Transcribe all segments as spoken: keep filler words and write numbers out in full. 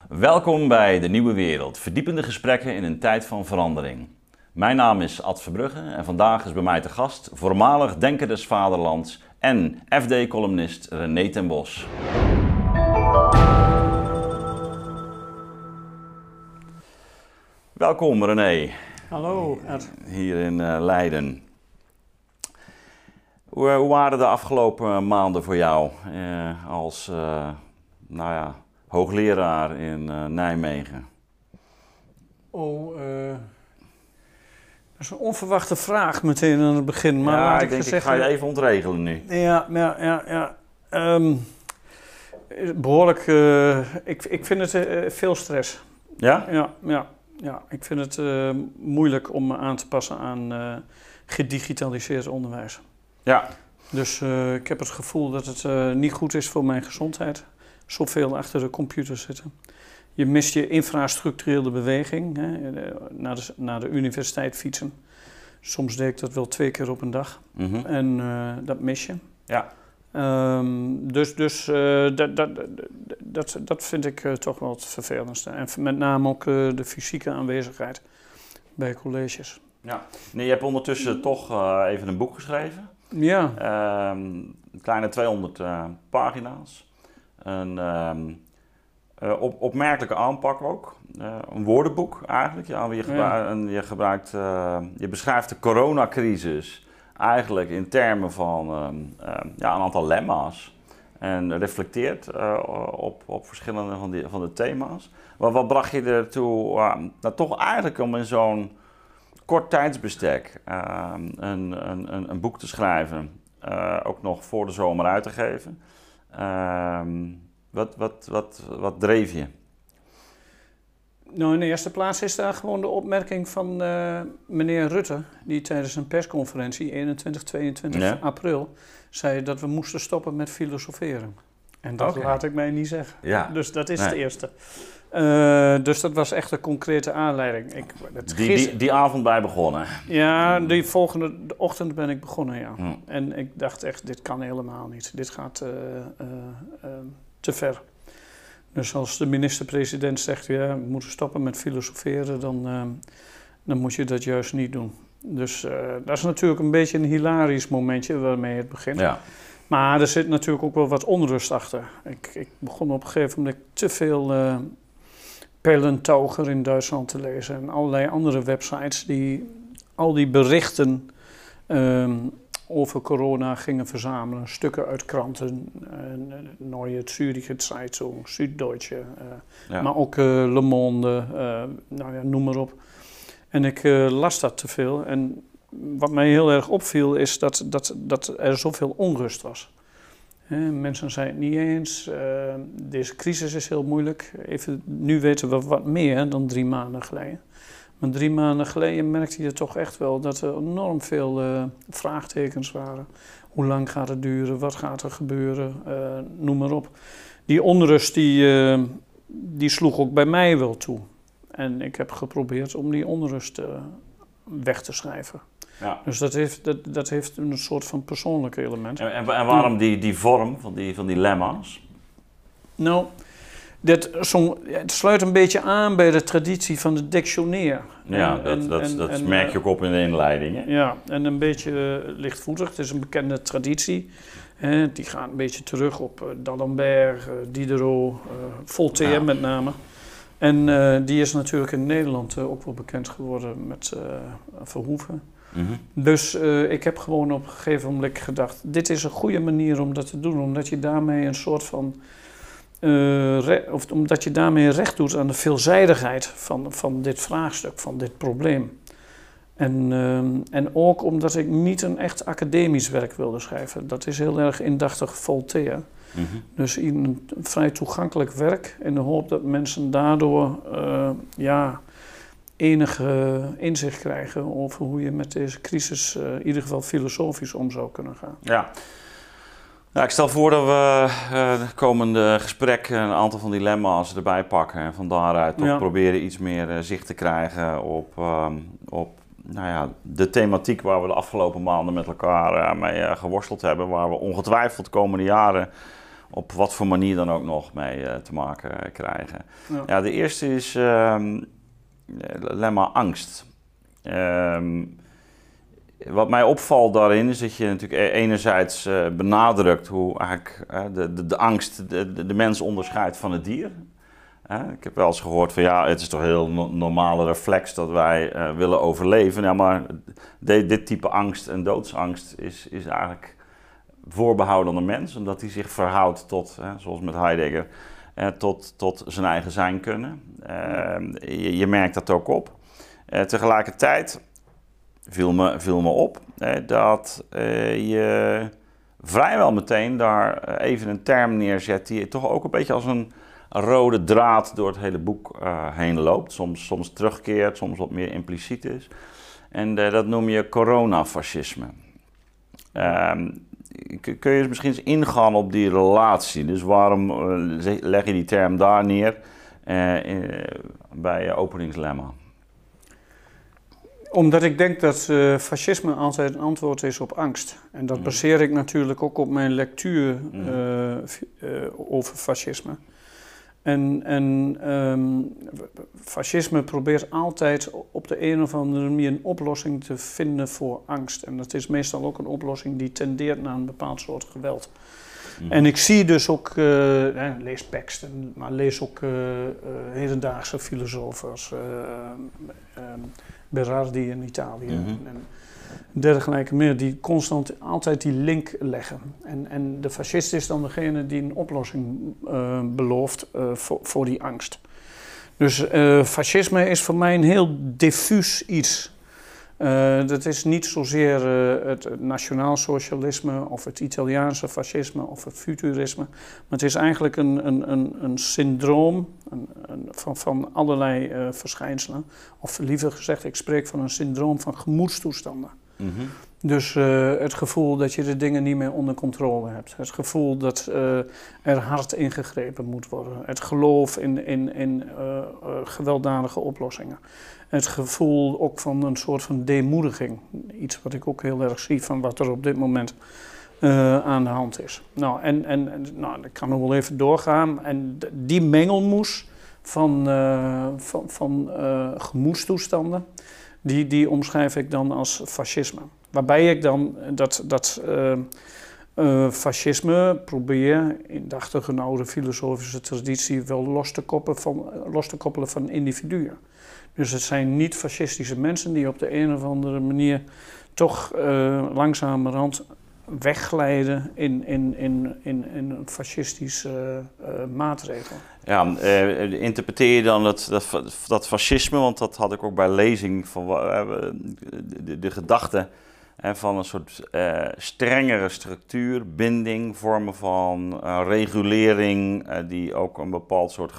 Welkom bij De Nieuwe Wereld, verdiepende gesprekken in een tijd van verandering. Mijn naam is Ad Verbrugge en vandaag is bij mij te gast voormalig Denker des Vaderlands en F D-columnist René ten Bos. Welkom René. Hallo Ad. Hier in uh, Leiden. Hoe, hoe waren de afgelopen maanden voor jou uh, als uh, nou ja, hoogleraar in uh, Nijmegen? Oh, uh, dat is een onverwachte vraag meteen aan het begin. Maar ja, laat ik, ik denk gezegd, ik ga je even ontregelen nu. Ja, ja, ja. ja. Um, behoorlijk, uh, ik, ik vind het uh, veel stress. Ja? Ja, ja, ja. Ik vind het uh, moeilijk om me aan te passen aan uh, gedigitaliseerd onderwijs. Ja. Dus uh, ik heb het gevoel dat het uh, niet goed is voor mijn gezondheid. Zoveel achter de computer zitten. Je mist je infrastructurele beweging, hè, naar, de, naar de universiteit fietsen. Soms deed ik dat wel twee keer op een dag. Mm-hmm. En uh, dat mis je. Ja. Um, dus dus uh, dat, dat, dat, dat vind ik uh, toch wel het vervelendste. En met name ook uh, de fysieke aanwezigheid bij colleges. Ja. Nee, je hebt ondertussen toch uh, even een boek geschreven. Ja. Um, een kleine tweehonderd uh, pagina's. Een um, uh, op, opmerkelijke aanpak ook. Uh, een woordenboek eigenlijk. Ja, je, gebruikt, ja. En je, gebruikt, uh, je beschrijft de coronacrisis eigenlijk in termen van um, uh, ja, een aantal lemma's. En reflecteert uh, op, op verschillende van, die, van de thema's. Maar wat bracht je ertoe uh, nou, toch eigenlijk om in zo'n kort tijdsbestek uh, een, een, een boek te schrijven, uh, ook nog voor de zomer uit te geven. Uh, wat, wat, wat, wat dreef je? Nou, in de eerste plaats is daar gewoon de opmerking van uh, meneer Rutte, die tijdens een persconferentie eenentwintig, tweeëntwintig ja. april zei dat we moesten stoppen met filosoferen. En dat okay. laat ik mij niet zeggen. Ja. Dus dat is nee. het eerste. Uh, dus dat was echt een concrete aanleiding. Ik, het die, die, die avond bij begonnen? Ja, die volgende ochtend ben ik begonnen, ja. Hmm. En ik dacht echt, dit kan helemaal niet. Dit gaat uh, uh, uh, te ver. Dus als de minister-president zegt, ja, we moeten stoppen met filosoferen, dan, uh, dan moet je dat juist niet doen. Dus uh, dat is natuurlijk een beetje een hilarisch momentje waarmee het begint. Ja. Maar er zit natuurlijk ook wel wat onrust achter. Ik, ik begon op een gegeven moment te veel uh, Perlentaucher in Duitsland te lezen en allerlei andere websites die al die berichten um, over corona gingen verzamelen. Stukken uit kranten, uh, Neue Zürcher Zeitung, Süddeutsche, uh, ja. maar ook uh, Le Monde, uh, nou ja, noem maar op. En ik uh, las dat te veel. En wat mij heel erg opviel is dat, dat, dat er zoveel onrust was. He, mensen zijn het niet eens. Uh, deze crisis is heel moeilijk. Even, nu weten we wat meer dan drie maanden geleden. Maar drie maanden geleden merkte je toch echt wel dat er enorm veel uh, vraagtekens waren. Hoe lang gaat het duren? Wat gaat er gebeuren? Uh, noem maar op. Die onrust die, uh, die sloeg ook bij mij wel toe. En ik heb geprobeerd om die onrust uh, weg te schrijven. Ja. Dus dat heeft, dat, dat heeft een soort van persoonlijk element. En, en, en waarom die, die vorm van die, van die lemma's? Nou, dat, zo, het sluit een beetje aan bij de traditie van de dictionair. Ja, en, dat, dat, en, dat en, merk je ook op in de inleiding. Hè? Ja, en een beetje uh, lichtvoetig. Het is een bekende traditie. Hè, die gaat een beetje terug op uh, d'Alembert, uh, Diderot, uh, Voltaire ja. met name. En uh, die is natuurlijk in Nederland uh, ook wel bekend geworden met uh, Verhoeven. Mm-hmm. Dus uh, ik heb gewoon op een gegeven moment gedacht, dit is een goede manier om dat te doen, omdat je daarmee een soort van, uh, re- of omdat je daarmee recht doet aan de veelzijdigheid van, van dit vraagstuk, van dit probleem. En, uh, en ook omdat ik niet een echt academisch werk wilde schrijven. Dat is heel erg indachtig Voltaire. Mm-hmm. Dus een vrij toegankelijk werk in de hoop dat mensen daardoor uh, ja, enige inzicht krijgen over hoe je met deze crisis uh, in ieder geval filosofisch om zou kunnen gaan. Ja. Nou, ik stel voor dat we uh, de komende gesprek een aantal van die lemma's erbij pakken en van daaruit toch ja. proberen iets meer uh, zicht te krijgen op, um, op nou ja, de thematiek waar we de afgelopen maanden met elkaar uh, mee uh, geworsteld hebben, waar we ongetwijfeld de komende jaren op wat voor manier dan ook nog mee uh, te maken krijgen. Ja. Ja, de eerste is um, lemma angst. Um, wat mij opvalt daarin is dat je natuurlijk enerzijds uh, benadrukt hoe eigenlijk uh, de, de, de angst de, de, de mens onderscheidt van het dier. Uh, ik heb wel eens gehoord van ja, het is toch een heel no- normale reflex dat wij uh, willen overleven. Ja, maar de, dit type angst en doodsangst is, is eigenlijk voorbehouden aan de mens, omdat hij zich verhoudt tot, uh, zoals met Heidegger, uh, tot, tot zijn eigen zijn kunnen. Uh, je, je merkt dat ook op. Uh, tegelijkertijd viel me, viel me op uh, dat uh, je vrijwel meteen daar uh, even een term neerzet die toch ook een beetje als een rode draad door het hele boek uh, heen loopt. Soms, soms terugkeert, soms wat meer impliciet is. En uh, dat noem je coronafascisme. Uh, kun je misschien eens ingaan op die relatie? Dus waarom uh, leg je die term daar neer uh, in, uh, bij je openingslemma? Omdat ik denk dat uh, fascisme altijd een antwoord is op angst. En dat baseer ik natuurlijk ook op mijn lectuur uh, uh, over fascisme. En, en um, fascisme probeert altijd op de een of andere manier een oplossing te vinden voor angst. En dat is meestal ook een oplossing die tendeert naar een bepaald soort geweld. Mm. En ik zie dus ook, uh, eh, lees Pext, maar lees ook uh, uh, hedendaagse filosofen als uh, uh, Berardi in Italië mm-hmm. en dergelijke meer, die constant altijd die link leggen. En, en de fascist is dan degene die een oplossing uh, belooft uh, voor, voor die angst. Dus uh, fascisme is voor mij een heel diffuus iets. Uh, dat is niet zozeer uh, het nationaal socialisme of het Italiaanse fascisme of het futurisme. Maar het is eigenlijk een, een, een, een syndroom een, een, van, van allerlei uh, verschijnselen. Of liever gezegd, ik spreek van een syndroom van gemoedstoestanden. Mm-hmm. Dus uh, het gevoel dat je de dingen niet meer onder controle hebt. Het gevoel dat uh, er hard ingegrepen moet worden. Het geloof in, in, in uh, uh, gewelddadige oplossingen. Het gevoel ook van een soort van deemoediging. Iets wat ik ook heel erg zie van wat er op dit moment uh, aan de hand is. Nou, en, en, en nou, ik kan nog wel even doorgaan. En die mengelmoes van, uh, van, van uh, gemoedstoestanden, die, die omschrijf ik dan als fascisme. Waarbij ik dan dat, dat uh, uh, fascisme probeer in de achtergenoude filosofische traditie wel los te koppelen van, los te koppelen van individuen. Dus het zijn niet fascistische mensen die op de een of andere manier toch uh, langzamerhand wegglijden in, in, in, in, in een fascistische uh, uh, maatregel. Ja, uh, interpreteer je dan dat, dat, dat fascisme, want dat had ik ook bij lezing, van uh, de, de, de gedachte uh, van een soort uh, strengere structuur, binding, vormen van uh, regulering, uh, die ook een bepaald soort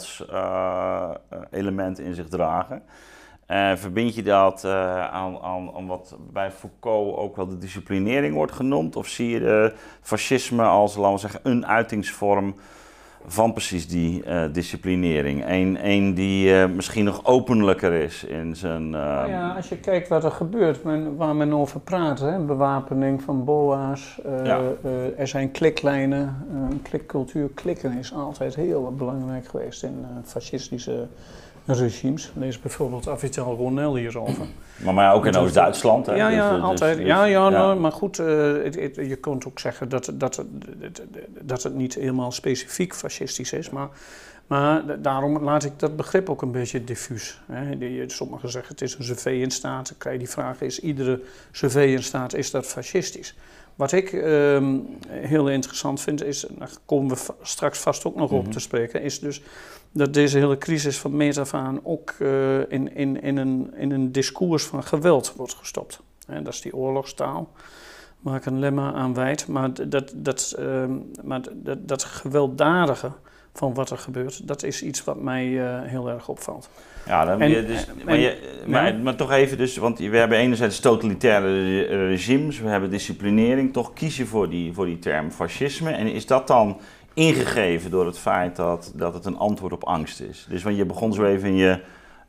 geweldselement uh, in zich dragen. Uh, verbind je dat uh, aan, aan, aan wat bij Foucault ook wel de disciplinering wordt genoemd? Of zie je de fascisme als, laten we zeggen, een uitingsvorm van precies die uh, disciplinering? Eén een die uh, misschien nog openlijker is in zijn... Uh... Nou ja, als je kijkt wat er gebeurt, men, waar men over praat, hè? Bewapening van boa's, uh, ja. uh, er zijn kliklijnen, uh, een klikcultuur. Klikken is altijd heel belangrijk geweest in uh, fascistische regimes. Lees bijvoorbeeld Avital Ronell hierover. Maar, maar ook in Oost-Duitsland, hè? Ja, ja, dus, altijd. Dus, ja, ja, ja. Nou, maar goed, uh, het, het, je kunt ook zeggen dat, dat, dat, dat het niet helemaal specifiek fascistisch is, maar, maar daarom laat ik dat begrip ook een beetje diffuus. Hè. Sommigen zeggen het is een surveillance-staat. Dan krijg je die vraag, is iedere surveillance-staat, is dat fascistisch? Wat ik uh, heel interessant vind, is, daar komen we straks vast ook nog mm-hmm. op te spreken, is dus dat deze hele crisis van meet af aan ook uh, in, in, in, een, in een discours van geweld wordt gestopt. En dat is die oorlogstaal, waar ik een lemma aan wijd. Maar dat, dat, uh, maar dat, dat gewelddadige van wat er gebeurt, dat is iets wat mij uh, heel erg opvalt. Ja, dan en, je dus, en, maar, je, maar, ja. maar toch even, dus, want we hebben enerzijds totalitaire regimes, we hebben disciplinering, toch kies je voor die, voor die term fascisme. En is dat dan ingegeven door het feit dat, dat het een antwoord op angst is? Dus want je begon zo even in je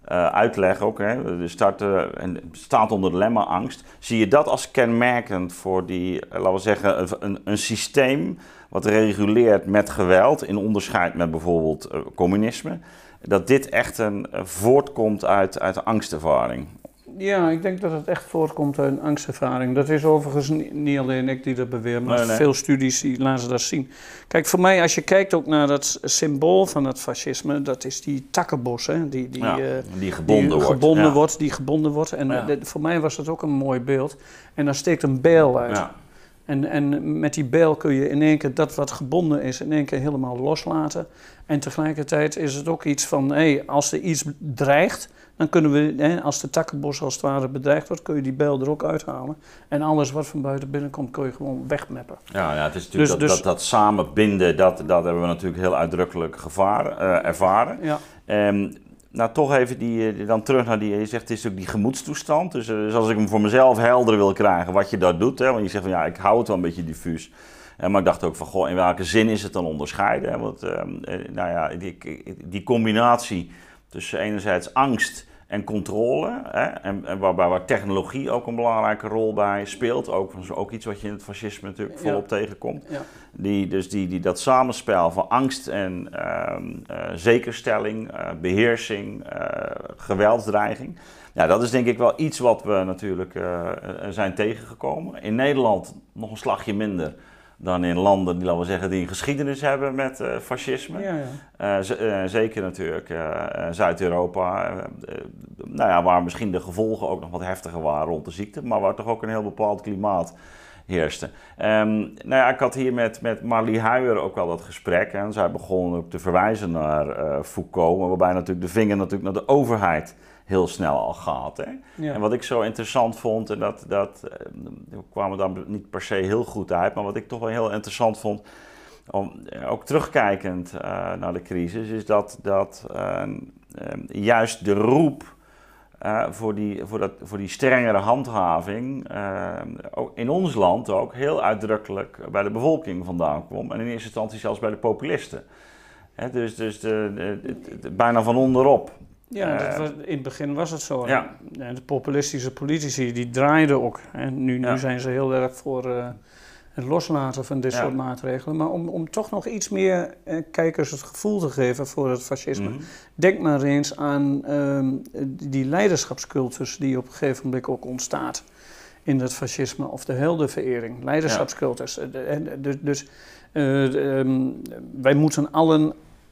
uh, uitleg ook, hè, de start, uh, en staat onder de lemma angst. Zie je dat als kenmerkend voor die, uh, laten we zeggen, een, een systeem wat reguleert met geweld, in onderscheid met bijvoorbeeld uh, communisme, dat dit echt een, uh, voortkomt uit, uit een angstervaring? Ja, ik denk dat het echt voortkomt uit een angstervaring. Dat is overigens niet, niet alleen ik die dat beweer, maar nee, nee. veel studies die laten dat zien. Kijk, voor mij, als je kijkt ook naar dat symbool van het fascisme, dat is die takkenbos, hè, die, die, ja, uh, die gebonden, die wordt. gebonden Ja. wordt. Die gebonden wordt. En ja. de, voor mij was dat ook een mooi beeld. En dan steekt een bijl uit. Ja. En, en met die bijl kun je in één keer dat wat gebonden is, in één keer helemaal loslaten. En tegelijkertijd is het ook iets van, hé, hey, als er iets dreigt, dan kunnen we, hè, als de takkenbos als het ware bedreigd wordt, kun je die bijl er ook uithalen. En alles wat van buiten binnenkomt, kun je gewoon wegmeppen. Ja, ja het is natuurlijk dus, dat, dus, dat, dat samenbinden, dat, dat hebben we natuurlijk heel uitdrukkelijk gevaren, uh, ervaren. Ja. Um, nou, toch even die, dan terug naar die, je zegt, het is natuurlijk die gemoedstoestand. Dus, dus als ik hem voor mezelf helder wil krijgen, wat je daar doet, hè, want je zegt van ja, ik hou het wel een beetje diffuus. Uh, maar ik dacht ook van, goh, in welke zin is het dan onderscheiden? Hè? Want, uh, nou ja, die, die combinatie tussen enerzijds angst en controle, hè, en, en waarbij waar technologie ook een belangrijke rol bij speelt, ook, ook iets wat je in het fascisme natuurlijk volop ja. tegenkomt. Ja. Die, dus die, die, dat samenspel van angst en uh, uh, zekerstelling, uh, beheersing, uh, geweldsdreiging. Ja, dat is denk ik wel iets wat we natuurlijk uh, zijn tegengekomen. In Nederland nog een slagje minder dan in landen die, laten we zeggen, die een geschiedenis hebben met uh, fascisme. Ja, ja. Uh, z- uh, zeker natuurlijk uh, Zuid-Europa, uh, uh, nou ja, waar misschien de gevolgen ook nog wat heftiger waren rond de ziekte, maar waar toch ook een heel bepaald klimaat heerste. Um, nou ja, ik had hier met, met Marlie Huijer ook wel dat gesprek en zij begon ook te verwijzen naar uh, Foucault, waarbij natuurlijk de vinger natuurlijk naar de overheid heel snel al gaat. Hè? Ja. En wat ik zo interessant vond, en dat, dat we kwamen dan niet per se heel goed uit, maar wat ik toch wel heel interessant vond, om, ook terugkijkend uh, naar de crisis, is dat, dat uh, uh, juist de roep uh, voor, die, voor, dat, voor die strengere handhaving, uh, ook in ons land ook heel uitdrukkelijk bij de bevolking vandaan kwam. En in eerste instantie zelfs bij de populisten. Hè, dus dus de, de, de, de, bijna van onderop. Ja, dat was, in het begin was het zo. Ja. En de populistische politici die draaiden ook. En nu, ja. nu zijn ze heel erg voor uh, het loslaten van dit ja. soort maatregelen. Maar om, om toch nog iets meer uh, kijkers het gevoel te geven voor het fascisme. Mm-hmm. Denk maar eens aan um, die leiderschapscultus die op een gegeven moment ook ontstaat in het fascisme. Of de heldenverering, leiderschapscultus. Ja. Dus, dus uh, um, wij moeten allen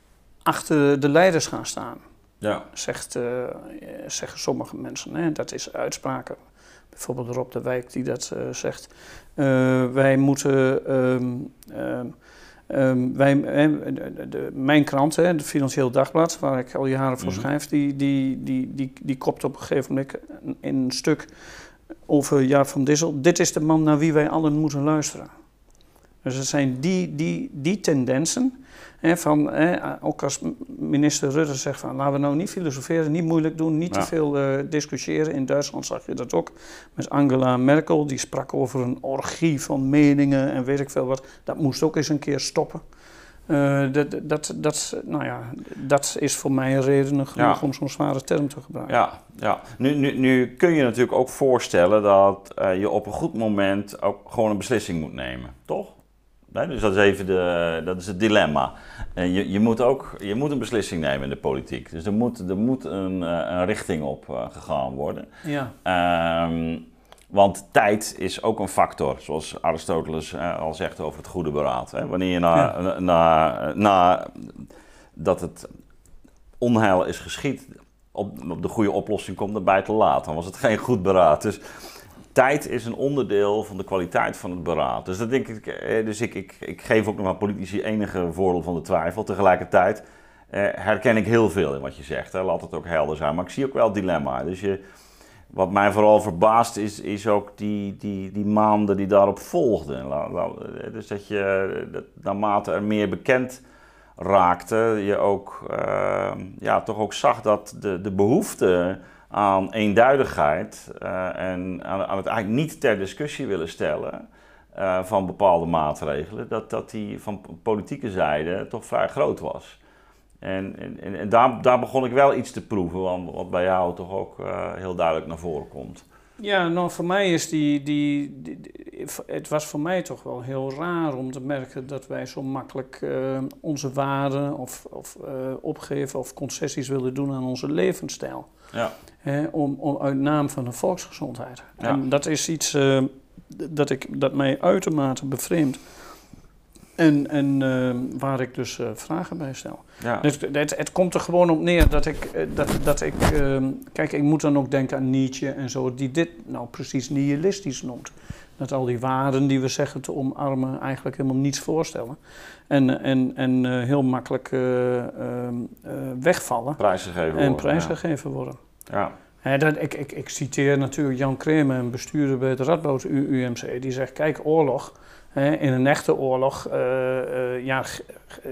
achter de leiders gaan staan. Ja. Zegt, uh, zeggen sommige mensen. Hè? Dat is uitspraken. Bijvoorbeeld Rob de Wijk die dat uh, zegt. Uh, wij moeten... Um, um, um, wij, uh, de, de, mijn krant, hè, het Financieel Dagblad, waar ik al jaren voor mm-hmm. schrijf, die, die, die, die, die kopt op een gegeven moment in een stuk over Jaap van Dissel. Dit is de man naar wie wij allen moeten luisteren. Dus het zijn die, die, die tendensen... He, van, he, ook als minister Rutte zegt van laten we nou niet filosoferen, niet moeilijk doen, niet ja. te veel uh, discussiëren. In Duitsland zag je dat ook met Angela Merkel, die sprak over een orgie van meningen en weet ik veel wat. Dat moest ook eens een keer stoppen. Uh, dat, dat, dat, nou ja, dat is voor mij een reden genoeg ja. om zo'n zware term te gebruiken. Ja, ja. Nu, nu, nu kun je natuurlijk ook voorstellen dat uh, je op een goed moment ook gewoon een beslissing moet nemen, toch? Nee, dus dat is even de, dat is het dilemma. Uh, je, je, moet ook, je moet een beslissing nemen in de politiek. Dus er moet, er moet een, een richting op uh, gegaan worden. Ja. Um, want tijd is ook een factor, zoals Aristoteles uh, al zegt over het goede beraad. Hè? Wanneer je na, ja. na, na, na dat het onheil is geschied, op, op de goede oplossing komt, erbij te laat. Dan was het geen goed beraad. Dus tijd is een onderdeel van de kwaliteit van het beraad. Dus, dat denk ik, dus ik, ik, ik geef ook nog aan politici enige voordeel van de twijfel. Tegelijkertijd eh, herken ik heel veel in wat je zegt. Hè. Laat het ook helder zijn. Maar ik zie ook wel het dilemma. Dus je, wat mij vooral verbaast is, is ook die, die, die maanden die daarop volgden. Dus dat je dat naarmate er meer bekend raakte, je ook, uh, ja, toch ook zag dat de, de behoefte aan eenduidigheid uh, en aan, aan het eigenlijk niet ter discussie willen stellen uh, van bepaalde maatregelen, dat, dat die van politieke zijde toch vrij groot was. En, en, en daar, daar begon ik wel iets te proeven, wat, wat bij jou toch ook uh, heel duidelijk naar voren komt. Ja, nou voor mij is die, die, die, die... Het was voor mij toch wel heel raar om te merken dat wij zo makkelijk uh, onze waarden of, of uh, opgeven of concessies willen doen aan onze levensstijl. Ja. Hè, om, om uit naam van de volksgezondheid. Ja. En dat is iets uh, dat, ik, dat mij uitermate bevreemdt. En, en uh, waar ik dus uh, vragen bij stel. Ja. Dus het, het komt er gewoon op neer dat ik, uh, dat, dat ik uh, kijk, ik moet dan ook denken aan Nietzsche en zo, die dit nou precies nihilistisch noemt. Dat al die waarden die we zeggen te omarmen eigenlijk helemaal niets voorstellen. En, en, en uh, heel makkelijk uh, uh, uh, wegvallen. Prijsgegeven worden. En prijsgegeven ja. worden. Ja. He, dat, ik, ik, ik citeer natuurlijk Jan Kremer, een bestuurder bij het Radboud U M C, die zegt, kijk, oorlog... In een echte oorlog uh, uh, ja, uh,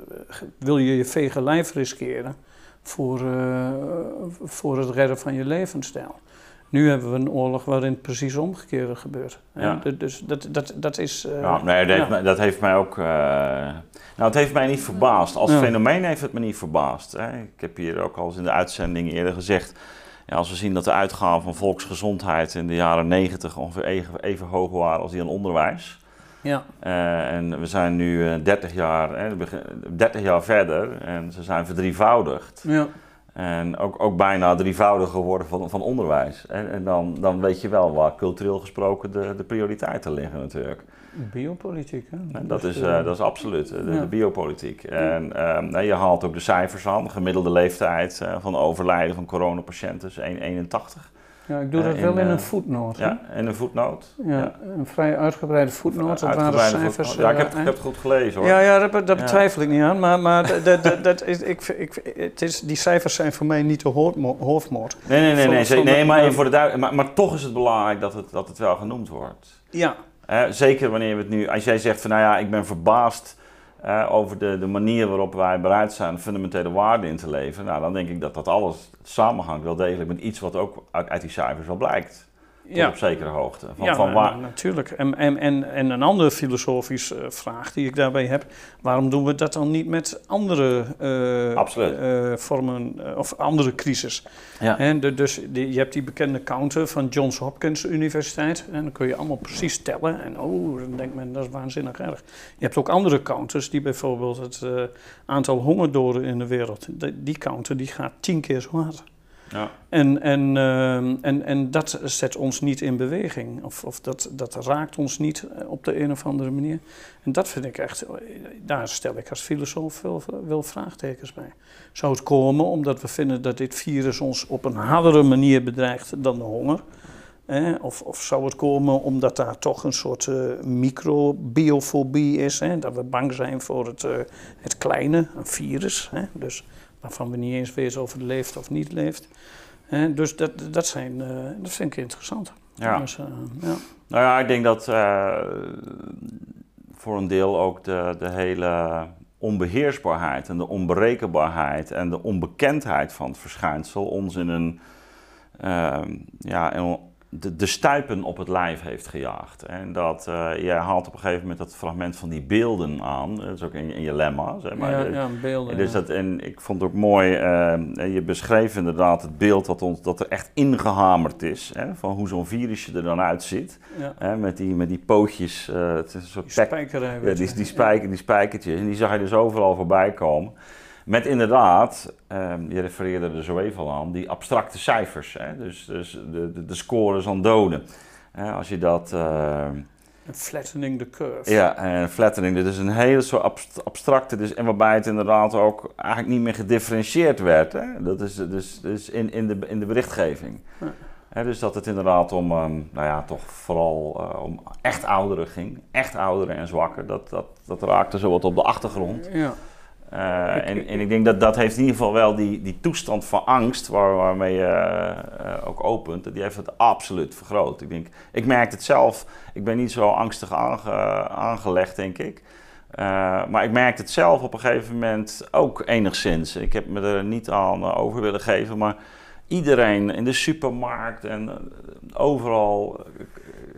wil je je vege lijf riskeren voor, uh, voor het redden van je levensstijl. Nu hebben we een oorlog waarin het precies omgekeerde gebeurt. Ja. Dus dat, dat, dat is... Uh, ja, nee, dat, ja. heeft mij, dat heeft mij ook... Uh, nou, het heeft mij niet verbaasd. Als ja. fenomeen heeft het me niet verbaasd. Hè. Ik heb hier ook al eens in de uitzending eerder gezegd... Ja, als we zien dat de uitgaven van volksgezondheid in de jaren negentig ongeveer even, even hoog waren als die aan onderwijs... Ja. Uh, en we zijn nu uh, dertig, jaar, eh, dertig jaar verder en ze zijn verdrievoudigd. Ja. En ook, ook bijna drievoudig geworden van, van onderwijs. En, en dan, dan weet je wel waar cultureel gesproken de, de prioriteiten liggen natuurlijk. Biopolitiek, hè? En dat, is, uh, dat is absoluut, de, ja. de biopolitiek. En uh, nee, je haalt ook de cijfers aan. De gemiddelde leeftijd uh, van overlijden van coronapatiënten is één komma eenentachtig. Ja, ik doe dat uh, wel in, in een voetnoot. Ja, in een voetnoot. Ja, ja, een vrij uitgebreide voetnoot. Dat waren cijfers. Ja, ik heb, uh, ik heb het goed gelezen hoor. Ja, ja dat, dat betwijfel ja. ik niet aan. Maar, maar dat, dat, dat is, ik, ik, het is, die cijfers zijn voor mij niet de hoofdmoot. Nee, nee, nee, nee, nee, nee maar, voor de duid- maar, maar toch is het belangrijk dat het, dat het wel genoemd wordt. Ja. Uh, zeker wanneer we het nu, als jij zegt van nou ja, ik ben verbaasd uh, over de, de manier waarop wij bereid zijn fundamentele waarden in te leveren. Nou, dan denk ik dat dat alles samenhangt wel degelijk met iets wat ook uit, uit die cijfers wel blijkt. Tot ja. op zekere hoogte. Van, ja, van waar... natuurlijk. En, en, en, en een andere filosofische uh, vraag die ik daarbij heb. Waarom doen we dat dan niet met andere uh, uh, vormen uh, of andere crisis? Ja. En de, dus die, je hebt die bekende counter van Johns Hopkins Universiteit. En dan kun je allemaal precies tellen. En oh, dan denkt men dat is waanzinnig erg. Je hebt ook andere counters die bijvoorbeeld het uh, aantal hongerdoden in de wereld. Die, die counter die gaat tien keer zo hard. Ja. En, en, uh, en, en dat zet ons niet in beweging. Of, of dat, dat raakt ons niet op de een of andere manier. En dat vind ik echt, daar stel ik als filosoof wel, wel vraagtekens bij. Zou het komen omdat we vinden dat dit virus ons op een hardere manier bedreigt dan de honger? Eh, of, of zou het komen omdat daar toch een soort uh, microbiofobie is? Hè? Dat we bang zijn voor het, uh, het kleine, een virus. Hè? Dus waarvan we niet eens weten of het leeft of niet leeft. Eh, dus dat, dat, zijn, uh, dat vind ik interessant. Ja. Dus, uh, ja. Nou ja, ik denk dat uh, voor een deel ook de, de hele onbeheersbaarheid en de onberekenbaarheid en de onbekendheid van het verschijnsel ons in een, uh, ja, in de, de stuipen op het lijf heeft gejaagd. En dat, uh, jij haalt op een gegeven moment dat fragment van die beelden aan, dat is ook in, in je lemma, zeg maar. Ja, ja, beelden. Dus ja. dat, en ik vond het ook mooi, uh, je beschreef inderdaad het beeld dat, ons, dat er echt ingehamerd is, hè, van hoe zo'n virusje er dan uitziet. Ja. Hè, met, die, met die pootjes, uh, het is een soort die spijkerij. Ja, die, die, spijker, die spijkertjes, en die zag je dus overal voorbij komen. Met inderdaad, uh, je refereerde er zo even al aan, die abstracte cijfers. Hè? Dus, dus de, de, de scores aan doden. Uh, als je dat... Uh, flattening the curve. Ja, uh, flattening. Dit is een hele soort abstracte, dus, en waarbij het inderdaad ook eigenlijk niet meer gedifferentieerd werd. Hè? Dat is dus, dus in, in, de, in de berichtgeving. Ja. He, dus dat het inderdaad om, um, nou ja, toch vooral uh, om echt ouderen ging. Echt ouderen en zwakken. Dat, dat, dat raakte zo wat op de achtergrond. Ja. Uh, en, en ik denk dat dat heeft in ieder geval wel die, die toestand van angst waar, waarmee je uh, uh, ook opent, die heeft het absoluut vergroot. Ik denk, ik merk het zelf, ik ben niet zo angstig aange, aangelegd denk ik. Uh, maar ik merk het zelf op een gegeven moment ook enigszins. Ik heb me er niet aan uh, over willen geven, maar iedereen in de supermarkt en uh, overal... Uh,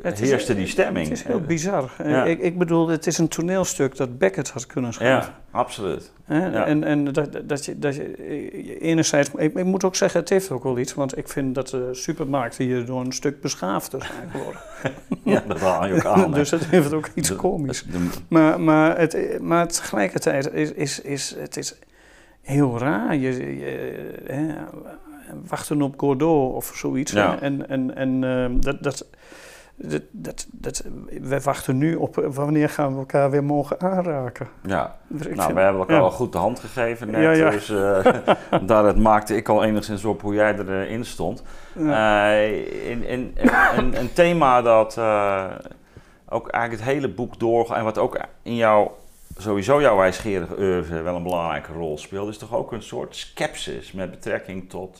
het heerste is, die stemming. Het is heel bizar. Ja. Ik, ik bedoel, het is een toneelstuk dat Beckett had kunnen schrijven. Ja, absoluut. Hè? Ja. En, en dat, dat, je, dat je enerzijds... Ik, ik moet ook zeggen, het heeft ook wel iets. Want ik vind dat de supermarkten hier door een stuk beschaafder zijn geworden. Ja, dat haal je ook aan. Dus dat heeft ook iets komisch. De, de, maar, maar, het, maar tegelijkertijd is, is, is het is heel raar. Je, je, hè, wachten op Godot of zoiets. Ja. Hè? En, en, en uh, dat... dat Dat, dat, dat, we wachten nu op wanneer gaan we elkaar weer mogen aanraken. Ja, dus nou, vind, we hebben elkaar ja. al goed de hand gegeven net. Ja, ja. Dus uh, daar maakte ik al enigszins op hoe jij erin stond. Ja. Uh, in, in, in, een, een thema dat uh, ook eigenlijk het hele boek doorgaat en wat ook in jouw, sowieso jouw wijsgerige oeuvre wel een belangrijke rol speelt, is toch ook een soort scepsis met betrekking tot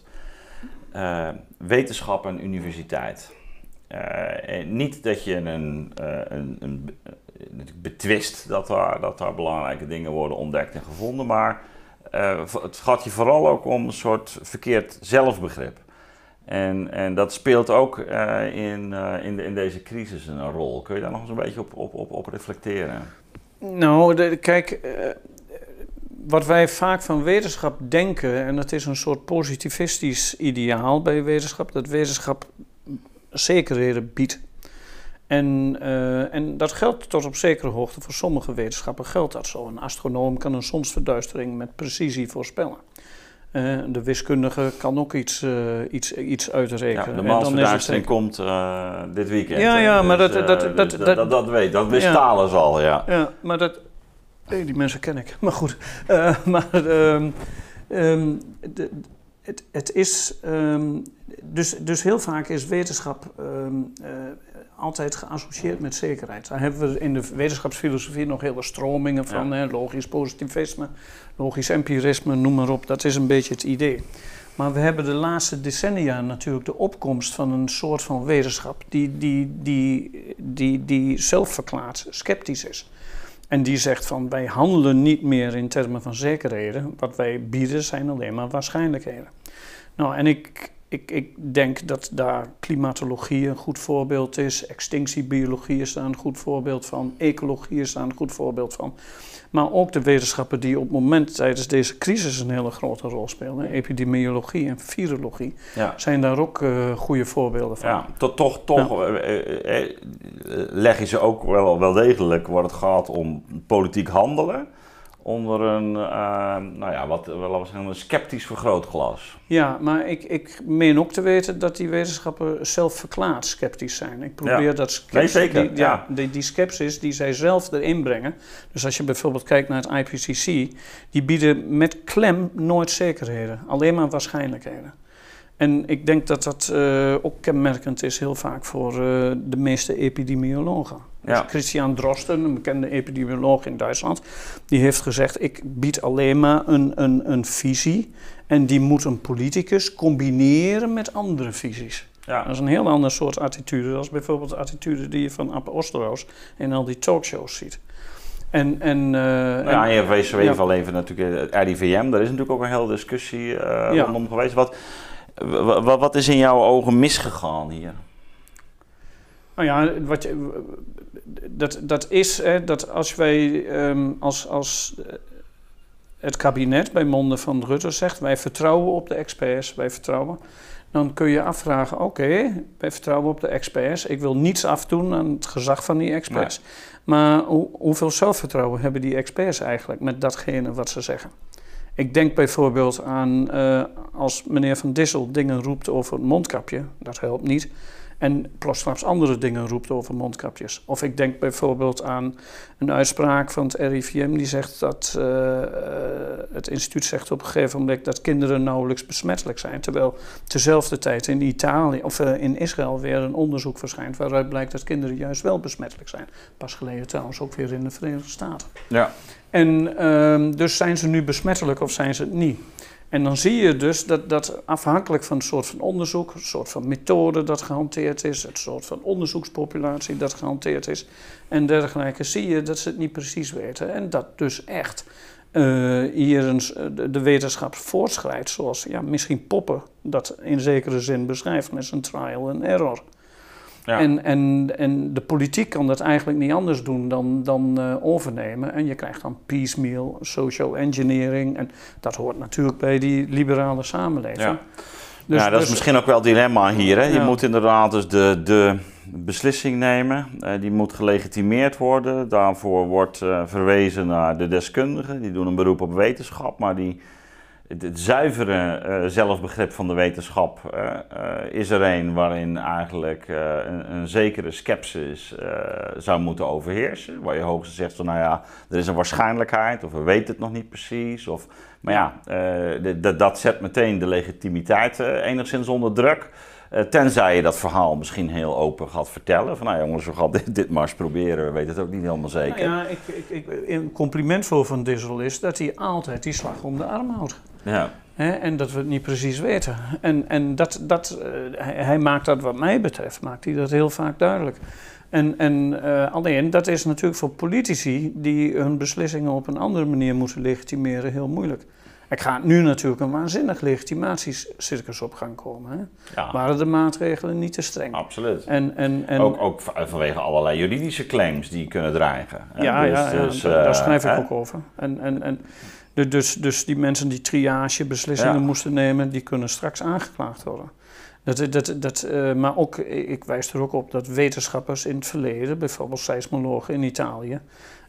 uh, wetenschap en universiteit. Uh, niet dat je een, uh, een, een, een betwist dat daar, dat daar belangrijke dingen worden ontdekt en gevonden, maar uh, het gaat je vooral ook om een soort verkeerd zelfbegrip. En, en dat speelt ook uh, in, uh, in, de, in deze crisis een rol. Kun je daar nog eens een beetje op, op, op, op reflecteren? Nou, de, kijk, uh, wat wij vaak van wetenschap denken, en dat is een soort positivistisch ideaal bij wetenschap, dat wetenschap zekerheden biedt. En, uh, en dat geldt tot op zekere hoogte voor sommige wetenschappen geldt dat zo. Een astronoom kan een zonsverduistering met precisie voorspellen. Uh, de wiskundige kan ook iets, uh, iets, iets uitrekenen. Ja, de maansverduistering komt uh, dit weekend. Ja, ja, dus, maar dat, uh, dat, dus dat, dat, dat, dat, dat weet, dat wist ja. Thales al, ja. Ja, maar dat... Hey, die mensen ken ik, maar goed. Uh, maar um, um, de, het, het is... Um, dus, dus heel vaak is wetenschap um, uh, altijd geassocieerd met zekerheid. Daar hebben we in de wetenschapsfilosofie nog hele stromingen van. Ja. Hè, logisch positivisme, logisch empirisme, noem maar op. Dat is een beetje het idee. Maar we hebben de laatste decennia natuurlijk de opkomst van een soort van wetenschap die, die, die, die, die zelfverklaard sceptisch is. En die zegt van wij handelen niet meer in termen van zekerheden. Wat wij bieden zijn alleen maar waarschijnlijkheden. Nou, en ik, ik, ik denk dat daar klimatologie een goed voorbeeld is. Extinctiebiologie is daar een goed voorbeeld van. Ecologie is daar een goed voorbeeld van. Maar ook de wetenschappen die op het moment tijdens deze crisis een hele grote rol spelen. Epidemiologie en virologie ja. zijn daar ook uh, goede voorbeelden van. Ja, to, toch toch ja. uh, uh, leg je ze ook wel, wel degelijk waar het gaat om politiek handelen onder een, uh, nou ja, wat, laten we zeggen, een sceptisch vergrootglas. Ja, maar ik, ik meen ook te weten dat die wetenschappen zelf verklaard sceptisch zijn. Ik probeer ja. dat sceptisch, nee, zeker. Die, ja, ja. Die, die skepsis die zij zelf erin brengen. Dus als je bijvoorbeeld kijkt naar het I P C C, die bieden met klem nooit zekerheden, alleen maar waarschijnlijkheden. En ik denk dat dat uh, ook kenmerkend is heel vaak voor uh, de meeste epidemiologen. Ja. Dus Christian Drosten, een bekende epidemioloog in Duitsland, die heeft gezegd, ik bied alleen maar een, een, een visie en die moet een politicus combineren met andere visies. Ja. Dat is een heel ander soort attitude dan bijvoorbeeld de attitude die je van Abe Osterhaus in al die talkshows ziet. En, en, uh, nou ja, en je wees zo even ja. al even natuurlijk het R I V M, daar is natuurlijk ook een hele discussie uh, ja. rondom geweest. Wat, wat, wat is in jouw ogen misgegaan hier? Nou ja, wat je, dat, dat is hè, dat als wij um, als, als het kabinet bij monden van Rutte zegt, wij vertrouwen op de experts, wij vertrouwen, dan kun je afvragen, oké, okay, wij vertrouwen op de experts, ik wil niets afdoen aan het gezag van die experts. Nee. Maar hoe, hoeveel zelfvertrouwen hebben die experts eigenlijk met datgene wat ze zeggen? Ik denk bijvoorbeeld aan uh, als meneer Van Dissel dingen roept over het mondkapje, dat helpt niet. En plotsklaps andere dingen roept over mondkapjes. Of ik denk bijvoorbeeld aan een uitspraak van het R I V M die zegt dat uh, uh, het instituut zegt op een gegeven moment dat kinderen nauwelijks besmettelijk zijn. Terwijl tezelfde tijd in Italië of uh, in Israël weer een onderzoek verschijnt waaruit blijkt dat kinderen juist wel besmettelijk zijn. Pas geleden trouwens ook weer in de Verenigde Staten. Ja. En uh, dus zijn ze nu besmettelijk of zijn ze het niet? En dan zie je dus dat, dat afhankelijk van het soort van onderzoek, het soort van methode dat gehanteerd is, het soort van onderzoekspopulatie dat gehanteerd is en dergelijke, zie je dat ze het niet precies weten. En dat dus echt uh, hier een, de, de wetenschap voortschrijdt, zoals ja, misschien Popper dat in zekere zin beschrijft met zijn trial and error. Ja. En, en, en de politiek kan dat eigenlijk niet anders doen dan, dan uh, overnemen. En je krijgt dan piecemeal, social engineering. En dat hoort natuurlijk bij die liberale samenleving. Ja, dus, ja dat dus, is misschien ook wel het dilemma hier. Hè? Je ja. moet inderdaad dus de, de beslissing nemen. Uh, die moet gelegitimeerd worden. Daarvoor wordt uh, verwezen naar de deskundigen. Die doen een beroep op wetenschap, maar die... Het, het zuivere uh, zelfbegrip van de wetenschap uh, uh, is er een waarin eigenlijk uh, een, een zekere scepsis uh, zou moeten overheersen. Waar je hoogstens zegt van nou ja, er is een waarschijnlijkheid of we weten het nog niet precies. Of, maar ja, uh, de, de, dat zet meteen de legitimiteit uh, enigszins onder druk. Uh, tenzij je dat verhaal misschien heel open gaat vertellen. Van nou jongens, we gaan dit, dit maar eens proberen. We weten het ook niet helemaal zeker. Nou ja, ik, ik, ik, een compliment voor Van Dissel is dat hij altijd die slag om de arm houdt. Ja. He, en dat we het niet precies weten. En, en dat, dat, uh, hij, hij maakt dat wat mij betreft, maakt hij dat heel vaak duidelijk. En, en uh, alleen, dat is natuurlijk voor politici die hun beslissingen op een andere manier moeten legitimeren heel moeilijk. Er gaat nu natuurlijk een waanzinnig legitimatiecircus op gang komen. Hè? Ja. Waren de maatregelen niet te streng? Absoluut. En, en, en, ook, ook vanwege allerlei juridische claims die kunnen dreigen. Ja, dus, ja, ja dus, daar, daar schrijf uh, ik ook over. En, en, en, dus, dus die mensen die triagebeslissingen ja. moesten nemen, die kunnen straks aangeklaagd worden. Dat, dat, dat, uh, maar ook, ik wijs er ook op dat wetenschappers in het verleden, bijvoorbeeld seismologen in Italië,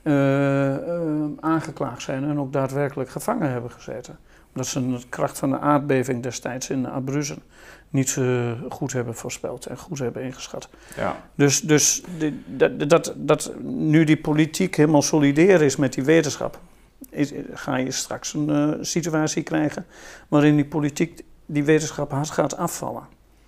Uh, uh, aangeklaagd zijn en ook daadwerkelijk gevangen hebben gezeten. Omdat ze de kracht van de aardbeving destijds in Abruzzen niet uh, goed hebben voorspeld en goed hebben ingeschat. Ja. Dus, dus die, dat, dat, dat nu die politiek helemaal solidair is met die wetenschap, is, ga je straks een uh, situatie krijgen waarin die politiek die wetenschap hard gaat afvallen.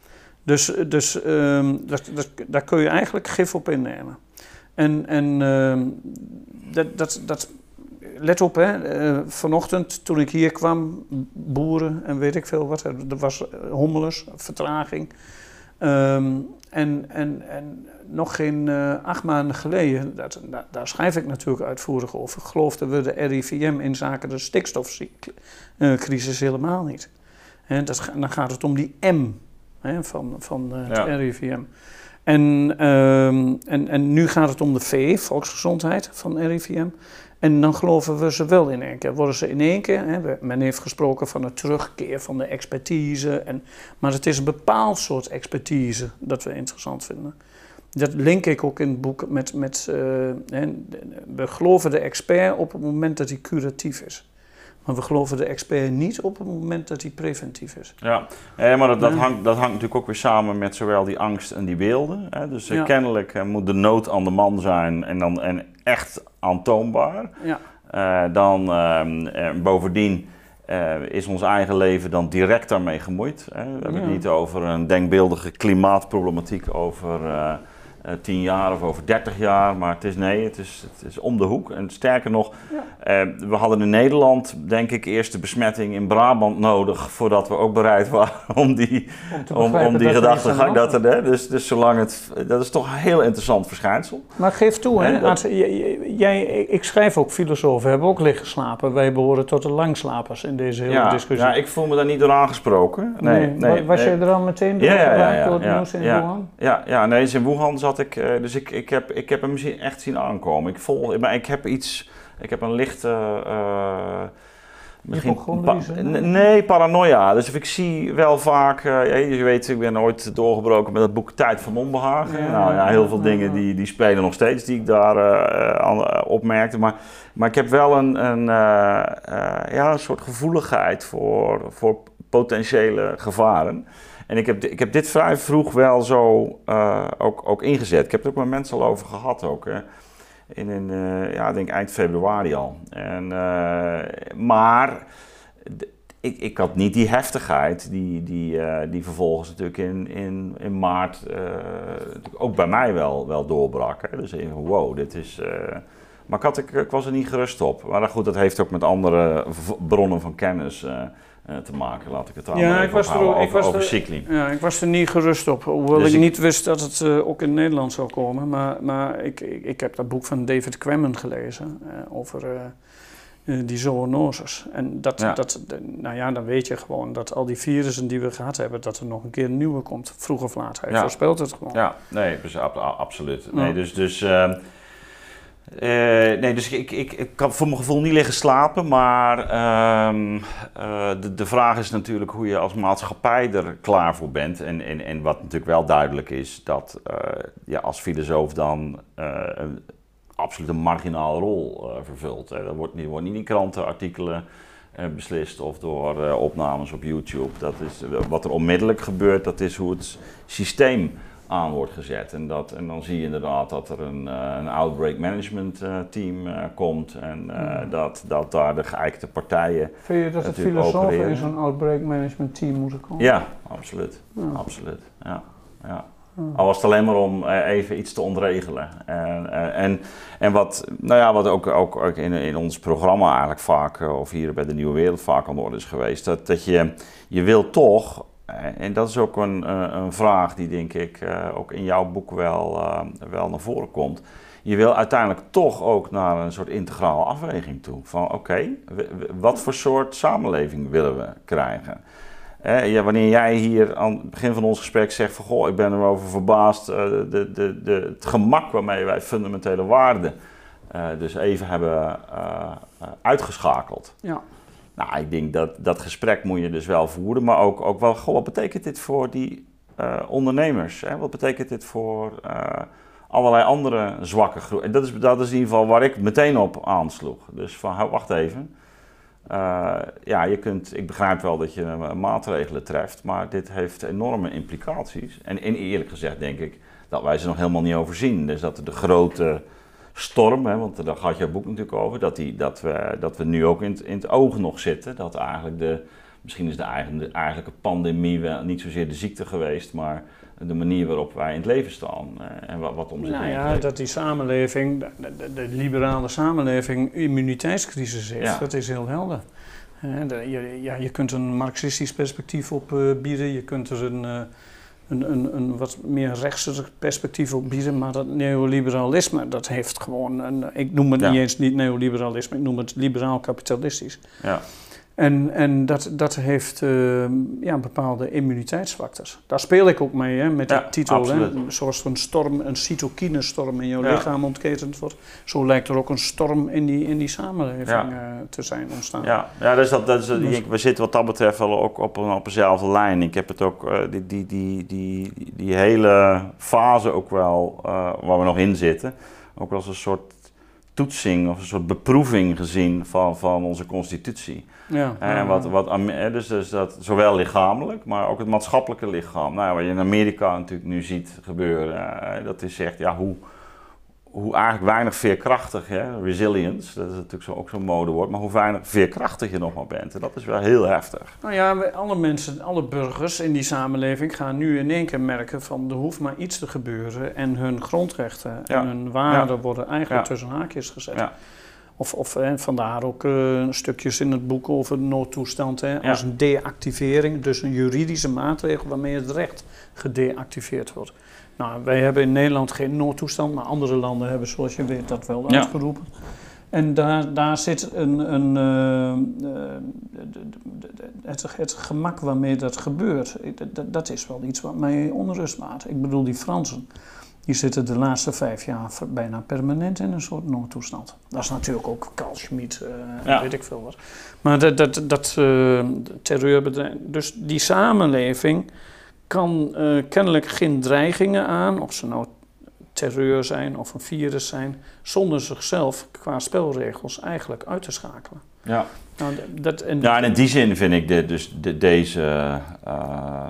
Dus, dus um, dat, dat, daar kun je eigenlijk gif op innemen. En, en uh, dat, dat, dat, let op, hè, uh, vanochtend toen ik hier kwam, boeren en weet ik veel wat, er was hommeles, vertraging. Um, en, en, en nog geen uh, acht maanden geleden, dat, dat, daar schrijf ik natuurlijk uitvoerig over, geloofden we de R I V M in zaken de stikstofcrisis helemaal niet. He, dat, dan gaat het om die M hè, van, van uh, het ja. R I V M. En, um, en, en nu gaat het om de V, volksgezondheid van R I V M. En dan geloven we ze wel in één keer. Worden ze in één keer, hè, men heeft gesproken van een terugkeer van de expertise. En, maar het is een bepaald soort expertise dat we interessant vinden. Dat link ik ook in het boek met, met uh, hè, we geloven de expert op het moment dat hij curatief is. Maar we geloven de expert niet op het moment dat hij preventief is. Ja, eh, maar dat, dat, hangt, dat hangt natuurlijk ook weer samen met zowel die angst en die beelden. Hè? Dus eh, ja. kennelijk eh, moet de nood aan de man zijn en, dan, en echt aantoonbaar. Ja. Uh, dan uh, uh, bovendien uh, is ons eigen leven dan direct daarmee gemoeid. Hè? We hebben ja. het niet over een denkbeeldige klimaatproblematiek over uh, uh, tien jaar of over dertig jaar. Maar het is nee, het is, het is om de hoek. En sterker nog, ja. uh, we hadden in Nederland denk ik eerst de besmetting in Brabant nodig voordat we ook bereid waren om die, om, om, om die gedachtegang. Dat er, hè? Dus, dus zolang het, dat is toch een heel interessant verschijnsel. Maar geef toe, hè? Dat, jij, ik schrijf ook, filosofen hebben ook liggen slapen. Wij behoren tot de langslapers in deze hele ja, discussie. Ja, ik voel me daar niet door aangesproken. Nee, nee, nee, was nee. jij er al meteen door ja, ja, ja, ja, door het ja, nieuws in ja, Wuhan? Ja, ja, nee, in Wuhan zat ik, uh, dus ik, ik, heb, ik heb hem echt zien aankomen. Ik volg, maar ik heb iets, ik heb een lichte... Uh, Misschien pa nee, paranoia. Dus ik zie wel vaak, uh, je weet, ik ben ooit doorgebroken met het boek Tijd van Onbehagen. Ja, nou ja, heel veel ja, dingen ja. Die, die spelen nog steeds, die ik daar uh, uh, opmerkte. Maar, maar ik heb wel een, een, uh, uh, ja, een soort gevoeligheid voor, voor potentiële gevaren. En ik heb, ik heb dit vrij vroeg wel zo uh, ook, ook ingezet. Ik heb het ook met mensen al over gehad ook. Hè. In een, uh, ja, ik denk eind februari al. En, uh, maar d- ik, ik had niet die heftigheid die, die, uh, die vervolgens natuurlijk in, in, in maart uh, ook bij mij wel, wel doorbrak. Hè. Dus even, wow, dit is... Uh, maar ik, had, ik, ik was er niet gerust op. Maar goed, dat heeft ook met andere v- bronnen van kennis uh, uh, te maken. Laat ik het aan ja, ik was er, over, ik was over er, cycling. Ja, ik was er niet gerust op. Hoewel dus ik, ik niet wist dat het uh, ook in Nederland zou komen. Maar, maar ik, ik, ik heb dat boek van David Quammen gelezen. Uh, over uh, uh, die zoonoses. En dat, Ja. dat, nou ja, dan weet je gewoon dat al die virussen die we gehad hebben, dat er nog een keer een nieuwe komt. Vroeg of laat. Hij Ja. voorspelt het gewoon. Ja, nee, dus, ab- absoluut. Ja. Nee, dus, dus, uh, uh, nee, dus ik, ik, ik kan voor mijn gevoel niet liggen slapen, maar uh, uh, de, de vraag is natuurlijk hoe je als maatschappij er klaar voor bent. En, en, en wat natuurlijk wel duidelijk is, dat uh, je als filosoof dan uh, een absoluut een marginale rol uh, vervult. Uh, dat wordt niet, wordt niet in krantenartikelen uh, beslist of door uh, opnames op YouTube. Dat is, uh, wat er onmiddellijk gebeurt, dat is hoe het systeem aan wordt gezet. En, dat, en dan zie je inderdaad dat er een, uh, een outbreak management uh, team uh, komt en uh, mm. dat, dat daar de geëikte partijen. Vind je dat de filosofen in zo'n outbreak management team moeten komen? Ja, absoluut. Ja. absoluut. Ja. Ja. Hmm. Al was het alleen maar om uh, even iets te ontregelen. En, uh, en, en wat, nou ja, wat ook, ook, ook in, in ons programma eigenlijk vaak, uh, of hier bij de Nieuwe Wereld vaak aan de orde is geweest, dat, dat je, je wil toch, uh, en dat is ook een, uh, een vraag die denk ik uh, ook in jouw boek wel, uh, wel naar voren komt. Je wil uiteindelijk toch ook naar een soort integrale afweging toe. Van oké, okay, wat voor soort samenleving willen we krijgen? Eh, ja, wanneer jij hier aan het begin van ons gesprek zegt van goh, ik ben erover verbaasd, uh, de, de, de, het gemak waarmee wij fundamentele waarden uh, dus even hebben uh, uh, uitgeschakeld. Ja. Nou, ik denk dat dat gesprek moet je dus wel voeren, maar ook, ook wel, goh, wat betekent dit voor die uh, ondernemers? Hè? Wat betekent dit voor uh, allerlei andere zwakke groepen? En dat is, dat is in ieder geval waar ik meteen op aansloeg. Dus van, wacht even. Uh, ja, je kunt, ik begrijp wel dat je uh, maatregelen treft, maar dit heeft enorme implicaties. En, en eerlijk gezegd denk ik dat wij ze nog helemaal niet overzien. Dus dat de grote storm, hè, want daar gaat jouw boek natuurlijk over, dat, die, dat, we, dat we nu ook in het, in het oog nog zitten. Dat eigenlijk de, misschien is de, eigen, de eigenlijke pandemie wel niet zozeer de ziekte geweest, maar de manier waarop wij in het leven staan en wat, wat om zich nou heen ja, geeft. dat die samenleving, de, de, de liberale samenleving, immuniteitscrisis heeft, ja. Dat is heel helder. He, de, je, ja, je kunt een marxistisch perspectief op uh, bieden, je kunt er een, uh, een, een, een wat meer rechtse perspectief op bieden, maar dat neoliberalisme, dat heeft gewoon, een, ik noem het ja. niet eens niet neoliberalisme, ik noem het liberaal kapitalistisch. Ja. En, en dat, dat heeft uh, ja, bepaalde immuniteitsfactors. Daar speel ik ook mee, hè, met die ja, titel. Hè, zoals een storm, een cytokinestorm in jouw ja. lichaam ontketend wordt. Zo lijkt er ook een storm in die, in die samenleving ja. uh, te zijn ontstaan. Ja, ja dus dat, dat is, dus, ik, we zitten wat dat betreft wel ook op, een, op dezelfde lijn. Ik heb het ook, uh, die, die, die, die, die hele fase ook wel, uh, waar we nog in zitten, ook wel als een soort toetsing of een soort beproeving gezien van, van onze constitutie. Ja, en ja, wat, wat, dus, dus dat, zowel lichamelijk, maar ook het maatschappelijke lichaam. Nou, wat je in Amerika natuurlijk nu ziet gebeuren, dat is echt, ja, hoe, hoe eigenlijk weinig veerkrachtig, hè, resilience, dat is natuurlijk zo, ook zo'n modewoord, maar hoe weinig veerkrachtig je nog maar bent. En dat is wel heel heftig. Nou ja, alle mensen, alle burgers in die samenleving gaan nu in één keer merken van er hoeft maar iets te gebeuren en hun grondrechten ja. en hun waarden ja. worden eigenlijk ja. tussen haakjes gezet. Ja. Of, of hè, vandaar ook uh, stukjes in het boek over de noodtoestand hè, als ja. een deactivering, dus een juridische maatregel waarmee het recht gedeactiveerd wordt. Nou, wij hebben in Nederland geen noodtoestand, maar andere landen hebben, zoals je weet, dat wel ja. uitgeroepen. En daar, daar zit een, een, uh, uh, de, de, de, het, het gemak waarmee dat gebeurt, dat, dat is wel iets wat mij onrust maakt. Ik bedoel, die Fransen, die zitten de laatste vijf jaar bijna permanent in een soort noodtoestand. Dat is natuurlijk ook Carl Schmitt, uh, ja. weet ik veel wat. Maar dat, dat, dat uh, terreurbedrijf, dus die samenleving kan uh, kennelijk geen dreigingen aan, of ze nou terreur zijn of een virus zijn, zonder zichzelf qua spelregels eigenlijk uit te schakelen. Ja, nou, dat, en, ja en in die zin vind ik de, dus de, deze uh,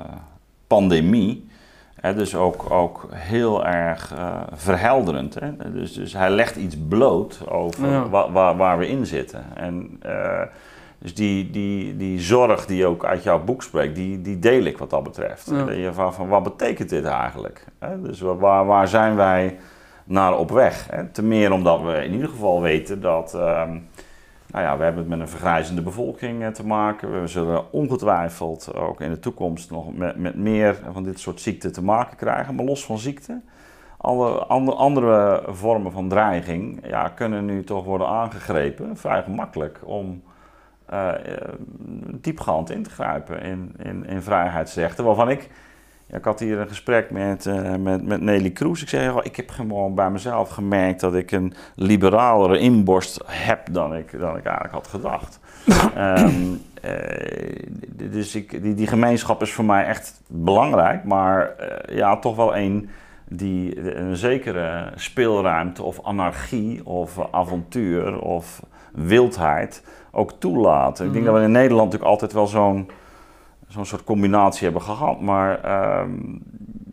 pandemie hè, dus ook, ook heel erg uh, verhelderend. Hè? Dus, dus hij legt iets bloot over ja. wa, wa, waar we in zitten. En uh, dus die, die, die zorg die ook uit jouw boek spreekt, die, die deel ik wat dat betreft. Ja. Je van, van, wat betekent dit eigenlijk? Hè? Dus waar, waar zijn wij naar op weg? Hè? Ten meer omdat we in ieder geval weten dat, um, nou ja, we hebben het met een vergrijzende bevolking te maken. We zullen ongetwijfeld ook in de toekomst nog met, met meer van dit soort ziekten te maken krijgen. Maar los van ziekte, alle andere, andere vormen van dreiging ja, kunnen nu toch worden aangegrepen, vrij gemakkelijk, om uh, diepgaand in te grijpen in, in, in vrijheidsrechten. Waarvan ik, ja, ik had hier een gesprek met, uh, met, met Nelly Kroes. Ik zei, ik heb gewoon bij mezelf gemerkt dat ik een liberalere inborst heb dan ik, dan ik eigenlijk had gedacht. um, uh, dus ik, die, die gemeenschap is voor mij echt belangrijk, maar uh, ja, toch wel een die een zekere speelruimte of anarchie of avontuur of wildheid ook toelaat. Mm-hmm. Ik denk dat we in Nederland natuurlijk altijd wel zo'n zo'n soort combinatie hebben gehad, maar um,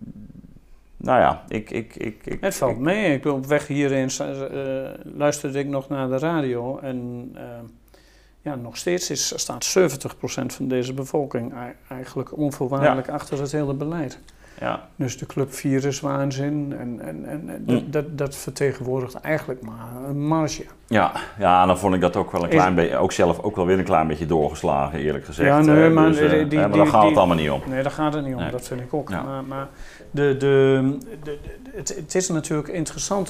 nou ja, ik... ik, ik, ik het valt ik, mee. Ik ben op weg hierheen, uh, luisterde ik nog naar de radio en uh, ja, nog steeds is, staat zeventig procent van deze bevolking eigenlijk onvoorwaardelijk ja. achter het hele beleid. Ja. Dus de club viruswaanzin en, en, en, en mm. dat, dat vertegenwoordigt eigenlijk maar een marge. Ja, ja, en dan vond ik dat ook wel een klein beetje, ook zelf ook wel weer een klein beetje doorgeslagen, eerlijk gezegd. Ja, nee, maar, dus, uh, die, die, maar daar die, gaat die, het allemaal niet om. Nee, daar gaat het niet om, nee. dat vind ik ook. Ja. Maar, maar de, de, de, de, het, het is natuurlijk interessant.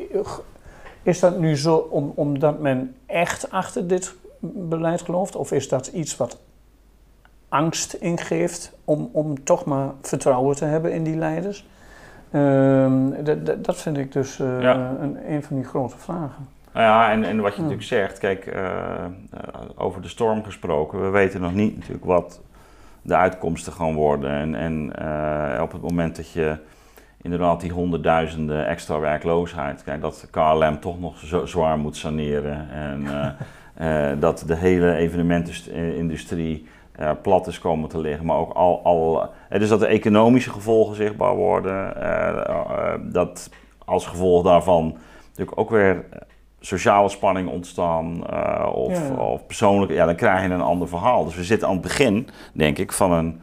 Is dat nu zo om, omdat men echt achter dit beleid gelooft? Of is dat iets wat angst ingeeft om, om toch maar vertrouwen te hebben in die leiders? Um, d- d- dat vind ik dus uh, ja. een, een van die grote vragen. Nou ja, en, en wat je ja. natuurlijk zegt, kijk, uh, uh, over de storm gesproken, we weten nog niet natuurlijk wat de uitkomsten gaan worden. En, en uh, op het moment dat je inderdaad die honderdduizenden extra werkloosheid, kijk, dat K L M toch nog zo zwaar moet saneren en uh, uh, dat de hele evenementenindustrie Uh, plat is komen te liggen, maar ook al, al uh, dus dat de economische gevolgen zichtbaar worden, uh, uh, dat als gevolg daarvan natuurlijk ook weer sociale spanning ontstaan uh, of, ja. of persoonlijk, ja, dan krijg je een ander verhaal. Dus we zitten aan het begin, denk ik, van een,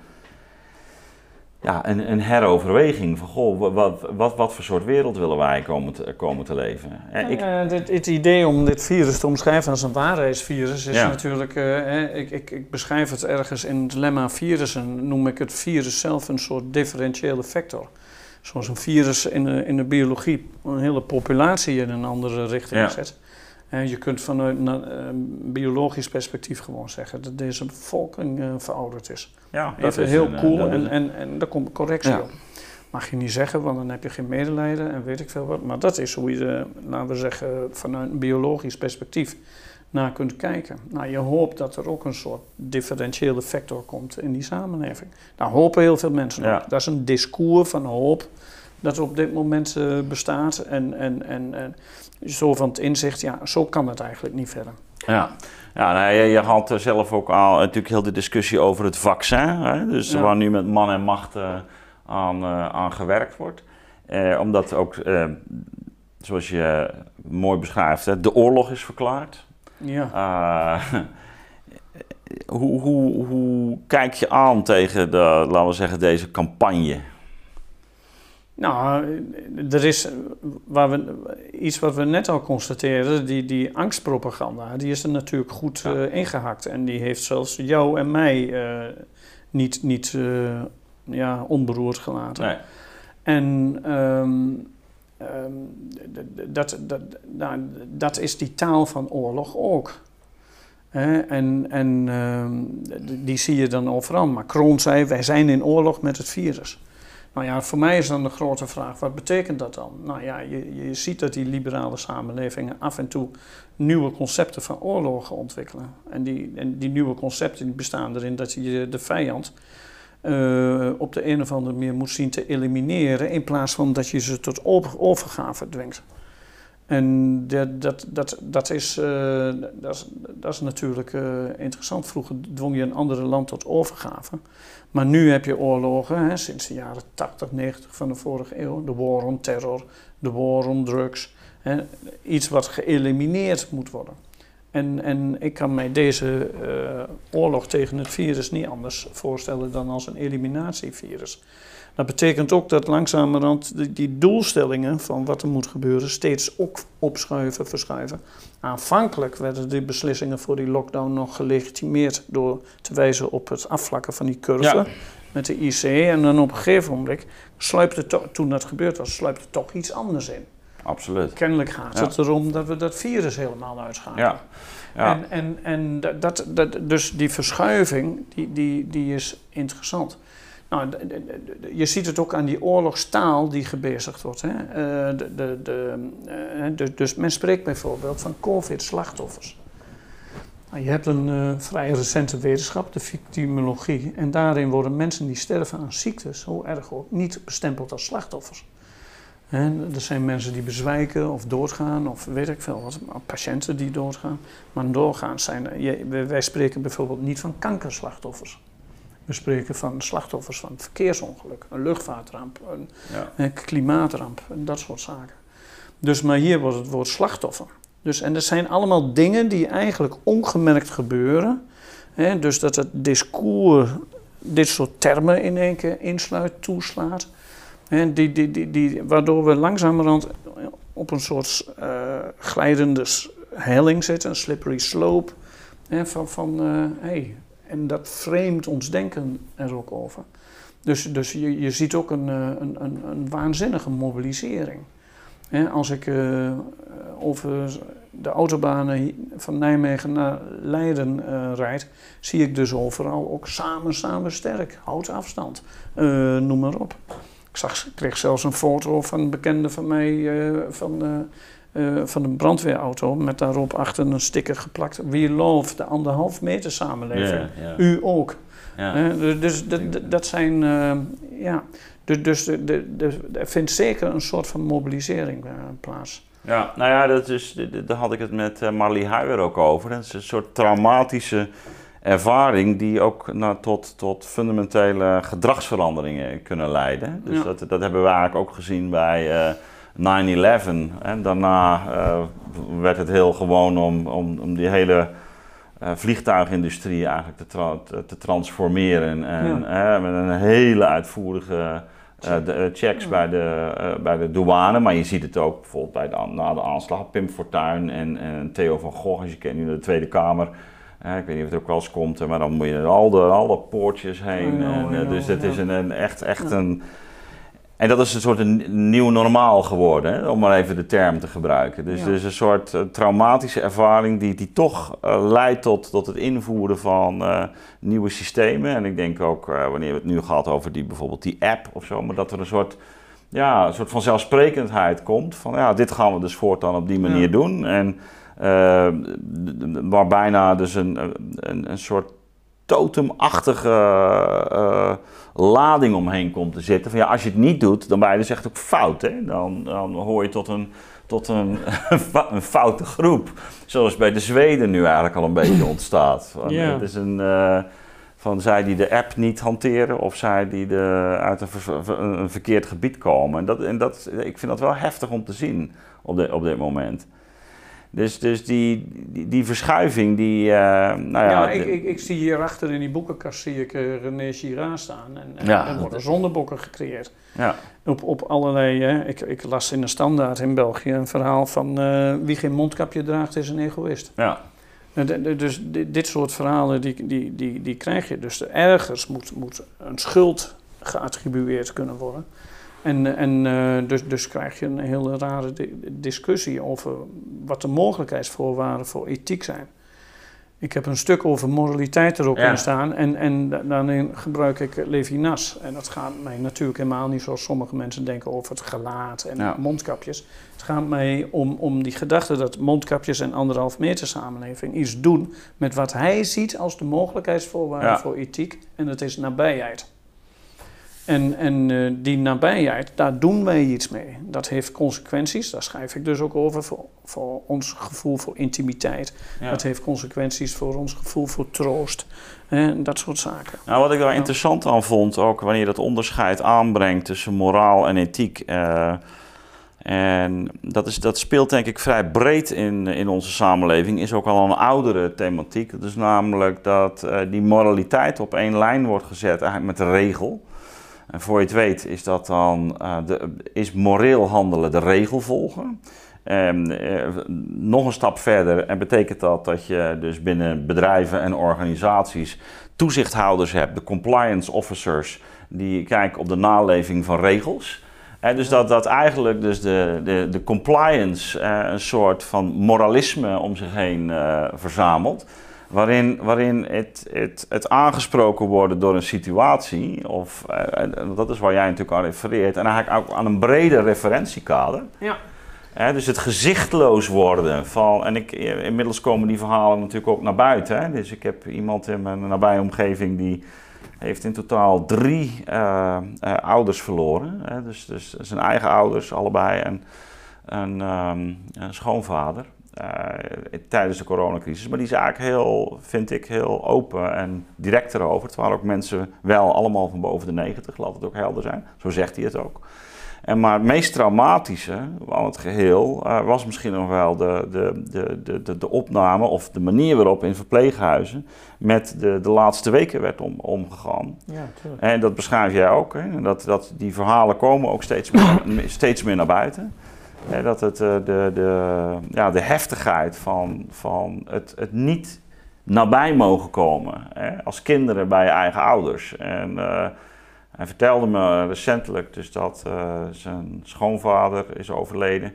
ja, een, een heroverweging van, goh, wat, wat, wat voor soort wereld willen wij komen te, komen te leven? Ja, ik, uh, dit, het idee om dit virus te omschrijven als een waarheidsvirus is ja. natuurlijk, uh, hè, ik, ik, ik beschrijf het ergens in het lemma virussen, noem ik het virus zelf een soort differentiële factor. Zoals een virus in de, in de biologie een hele populatie in een andere richting ja. zet. En je kunt vanuit een uh, biologisch perspectief gewoon zeggen dat deze bevolking uh, verouderd is. Ja, dat Even is heel een, cool uh, en, en, en daar komt correctie ja. op. Mag je niet zeggen, want dan heb je geen medelijden en weet ik veel wat. Maar dat is hoe je, de, laten we zeggen, vanuit een biologisch perspectief naar kunt kijken. Nou, je hoopt dat er ook een soort differentiële factor komt in die samenleving. Daar hopen heel veel mensen ja. op. Dat is een discours van hoop dat op dit moment uh, bestaat. En, en, en, en zo van het inzicht, ja, zo kan het eigenlijk niet verder. Ja, ja nou, je, je had zelf ook al natuurlijk heel de discussie over het vaccin. Hè? Dus ja. waar nu met man en macht uh, aan, uh, aan gewerkt wordt. Uh, omdat ook, uh, zoals je mooi beschrijft, hè, de oorlog is verklaard. Ja. Uh, hoe, hoe, hoe kijk je aan tegen de, laten we zeggen, deze campagne? Nou, er is waar we, iets wat we net al constateerden, die, die angstpropaganda, die is er natuurlijk goed ja. uh, ingehakt. En die heeft zelfs jou en mij uh, niet, niet uh, ja, onberoerd gelaten. Nee. En um, um, dat, dat, nou, dat is die taal van oorlog ook. He, en en um, die zie je dan overal. Macron zei, wij zijn in oorlog met het virus. Nou ja, voor mij is dan de grote vraag, wat betekent dat dan? Nou ja, je, je ziet dat die liberale samenlevingen af en toe nieuwe concepten van oorlogen ontwikkelen. En die, en die nieuwe concepten die bestaan erin dat je de vijand uh, op de een of andere manier moet zien te elimineren, in plaats van dat je ze tot overgave dwingt. En dat, dat, dat, dat, is, uh, dat, is, dat is natuurlijk uh, interessant. Vroeger dwong je een andere land tot overgave. Maar nu heb je oorlogen, hè, sinds de jaren tachtig, negentig van de vorige eeuw. De war on terror, de war on drugs. Hè, iets wat geëlimineerd moet worden. En, en ik kan mij deze uh, oorlog tegen het virus niet anders voorstellen dan als een eliminatievirus. Dat betekent ook dat langzamerhand die, die doelstellingen van wat er moet gebeuren steeds ook opschuiven, verschuiven. Aanvankelijk werden die beslissingen voor die lockdown nog gelegitimeerd door te wijzen op het afvlakken van die curve. Ja. met de I C. En dan op een gegeven moment sluipt er to- toen dat gebeurd was, sluipt er toch iets anders in. Absoluut. Kennelijk gaat Ja. het erom dat we dat virus helemaal uitschakelen. Ja. Ja. En, en, en dat, dat, dat, dus die verschuiving, die, die, die is interessant. Nou, de, de, de, je ziet het ook aan die oorlogstaal die gebezigd wordt. Hè? Uh, de, de, de, uh, dus, dus men spreekt bijvoorbeeld van COVID-slachtoffers. Nou, je hebt een uh, vrij recente wetenschap, de victimologie. En daarin worden mensen die sterven aan ziektes, hoe erg ook, niet bestempeld als slachtoffers. En er zijn mensen die bezwijken of doodgaan of weet ik veel wat, patiënten die doodgaan. Maar doorgaans zijn, wij spreken bijvoorbeeld niet van kankerslachtoffers. We spreken van slachtoffers van een verkeersongeluk, een luchtvaartramp, een, ja. een klimaatramp en dat soort zaken. Dus maar hier wordt het woord slachtoffer. Dus, en dat zijn allemaal dingen die eigenlijk ongemerkt gebeuren. Hè, dus dat het discours dit soort termen in één keer insluit, toeslaat. Hè, die, die, die, die, waardoor we langzamerhand op een soort uh, glijdende helling zitten, een slippery slope. Hè, van van uh, hey, en dat framet ons denken er ook over. Dus, dus je, je ziet ook een, een, een, een waanzinnige mobilisering. He, als ik uh, over de autobanen van Nijmegen naar Leiden uh, rijd, zie ik dus overal ook samen, samen sterk, houd afstand, uh, noem maar op. Ik zag, kreeg zelfs een foto van een bekende van mij uh, van, uh, uh, van een brandweerauto met daarop achter een sticker geplakt: We love de anderhalf meter samenleving. Yeah, yeah. U ook. Yeah. Uh, dus dat, dat zijn, uh, ja... Dus, dus de, de, de, er vindt zeker een soort van mobilisering uh, plaats. Ja, nou ja, dat is, daar had ik het met uh, Marlie Huijer ook over. Dat is een soort traumatische ervaring die ook nou, tot, tot fundamentele gedragsveranderingen kunnen leiden. Dus ja. dat, dat hebben we eigenlijk ook gezien bij uh, nine eleven. En daarna uh, werd het heel gewoon om, om, om die hele uh, vliegtuigindustrie eigenlijk te, tra te, te transformeren. En ja. uh, met een hele uitvoerige Uh, de, uh, checks ja. bij, de, uh, bij de douane, maar je ziet het ook bijvoorbeeld bij de, na de aanslag, Pim Fortuyn en, en Theo van Gogh, als je kent nu de Tweede Kamer. Uh, ik weet niet of het ook wel eens komt, maar dan moet je er al de, alle poortjes heen. Know, en, uh, know, dus dat ja. is een, een echt, echt ja. een... En dat is een soort een nieuw normaal geworden, hè, om maar even de term te gebruiken. Dus, ja. dus een soort uh, traumatische ervaring die, die toch uh, leidt tot, tot het invoeren van uh, nieuwe systemen. En ik denk ook, uh, wanneer we het nu gehad over die, bijvoorbeeld die app of zo, maar dat er een soort, ja, een soort van zelfsprekendheid komt. Van ja, dit gaan we dus voortaan op die manier ja. doen. En uh, waar bijna dus een, een, een soort totemachtige uh, lading omheen komt te zitten. Van ja, als je het niet doet, dan ben je dus echt ook fout. Hè? Dan, dan hoor je tot een, tot een, een foute groep. Zoals bij de Zweden nu eigenlijk al een beetje ontstaat. Van, yeah. Het is een, uh, van zij die de app niet hanteren of zij die de, uit een, ver, een verkeerd gebied komen. En, dat, en dat, ik vind dat wel heftig om te zien op, de, op dit moment. Dus, dus die, die, die verschuiving, die... Uh, nou ja, ja ik, ik, ik zie hierachter in die boekenkast zie ik uh, René Girard staan. En, en ja, er worden zondebokken gecreëerd. Ja. Op, op allerlei... Hè, ik, ik las in de Standaard in België een verhaal van... Uh, wie geen mondkapje draagt is een egoïst. Ja. Dus dit soort verhalen, die, die, die, die krijg je. Dus ergens moet, moet een schuld geattribueerd kunnen worden. En, en uh, dus, dus krijg je een hele rare di discussie over wat de mogelijkheidsvoorwaarden voor ethiek zijn. Ik heb een stuk over moraliteit erop ja. in staan en, en daarin gebruik ik Levinas. En dat gaat mij natuurlijk helemaal niet zoals sommige mensen denken over het gelaat en ja. mondkapjes. Het gaat mij om, om die gedachte dat mondkapjes en anderhalf meter samenleving iets doen met wat hij ziet als de mogelijkheidsvoorwaarden ja. voor ethiek. En dat is nabijheid. En, en uh, die nabijheid, daar doen wij iets mee. Dat heeft consequenties, daar schrijf ik dus ook over, voor, voor ons gevoel voor intimiteit. Ja. Dat heeft consequenties voor ons gevoel voor troost. En dat soort zaken. Nou, wat ik daar interessant aan vond, ook wanneer je dat onderscheid aanbrengt tussen moraal en ethiek. Uh, en dat, is, dat speelt denk ik vrij breed in, in onze samenleving, is ook al een oudere thematiek. Dat is namelijk dat uh, die moraliteit op één lijn wordt gezet eigenlijk met de regel. En voor je het weet is dat dan, uh, de, is moreel handelen de regel volgen. Um, uh, nog een stap verder en betekent dat dat je dus binnen bedrijven en organisaties toezichthouders hebt, de compliance officers, die kijken op de naleving van regels. En dus dat, dat eigenlijk dus de, de, de compliance uh, een soort van moralisme om zich heen uh, verzamelt. Waarin, waarin het, het, het aangesproken worden door een situatie, of uh, dat is waar jij natuurlijk aan refereert, en eigenlijk ook aan een breder referentiekader. Ja. He, dus het gezichtloos worden van, en ik, inmiddels komen die verhalen natuurlijk ook naar buiten. Hè? Dus ik heb iemand in mijn nabije omgeving die heeft in totaal drie uh, uh, ouders verloren. Hè? Dus, dus zijn eigen ouders, allebei, en een, um, een schoonvader uh, tijdens de coronacrisis. Maar die is eigenlijk heel, vind ik, heel open en direct erover. Het waren ook mensen wel allemaal van boven de negentig, laat het ook helder zijn. Zo zegt hij het ook. En maar het meest traumatische van het geheel uh, was misschien nog wel de, de, de, de, de opname of de manier waarop in verpleeghuizen met de, de laatste weken werd om, omgegaan. Ja, tuurlijk. En dat beschrijf jij ook. Hè? En dat, dat die verhalen komen ook steeds meer, steeds meer naar buiten. Hè? Dat het, de, de, ja, de heftigheid van, van het, het niet nabij mogen komen. Hè? Als kinderen bij je eigen ouders. En... Uh, Hij vertelde me recentelijk dus dat uh, zijn schoonvader is overleden.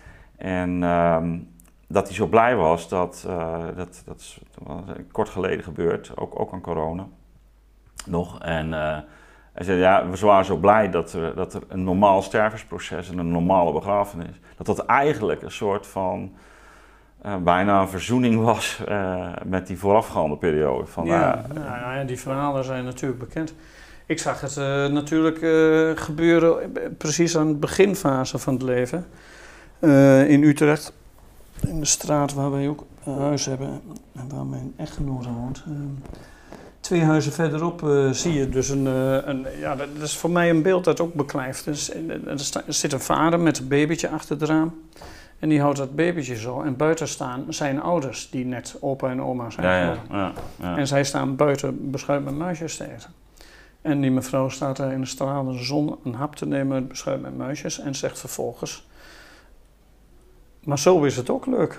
En uh, dat hij zo blij was dat, uh, dat, dat is kort geleden gebeurd, ook, ook aan corona nog. En uh, hij zei, ja, we waren zo blij dat er, dat er een normaal stervensproces en een normale begrafenis, dat dat eigenlijk een soort van uh, bijna een verzoening was uh, met die voorafgaande periode. Van, ja, uh, nou, ja, die verhalen zijn natuurlijk bekend. Ik zag het uh, natuurlijk uh, gebeuren precies aan de beginfase van het leven. Uh, in Utrecht, in de straat waar wij ook een huis hebben en waar mijn echtgenote woont. Uh, twee huizen verderop uh, zie je dus een, uh, een... Ja, dat is voor mij een beeld dat ook beklijft. Dus, er zit een vader met een babytje achter het raam. En die houdt dat babytje zo. En buiten staan zijn ouders, die net opa en oma zijn ja, geworden. ja, ja, ja. En zij staan buiten beschuit met muisjes te eten. En die mevrouw staat daar in de stralende zon een hap te nemen met beschuit met muisjes en zegt vervolgens: maar zo is het ook leuk.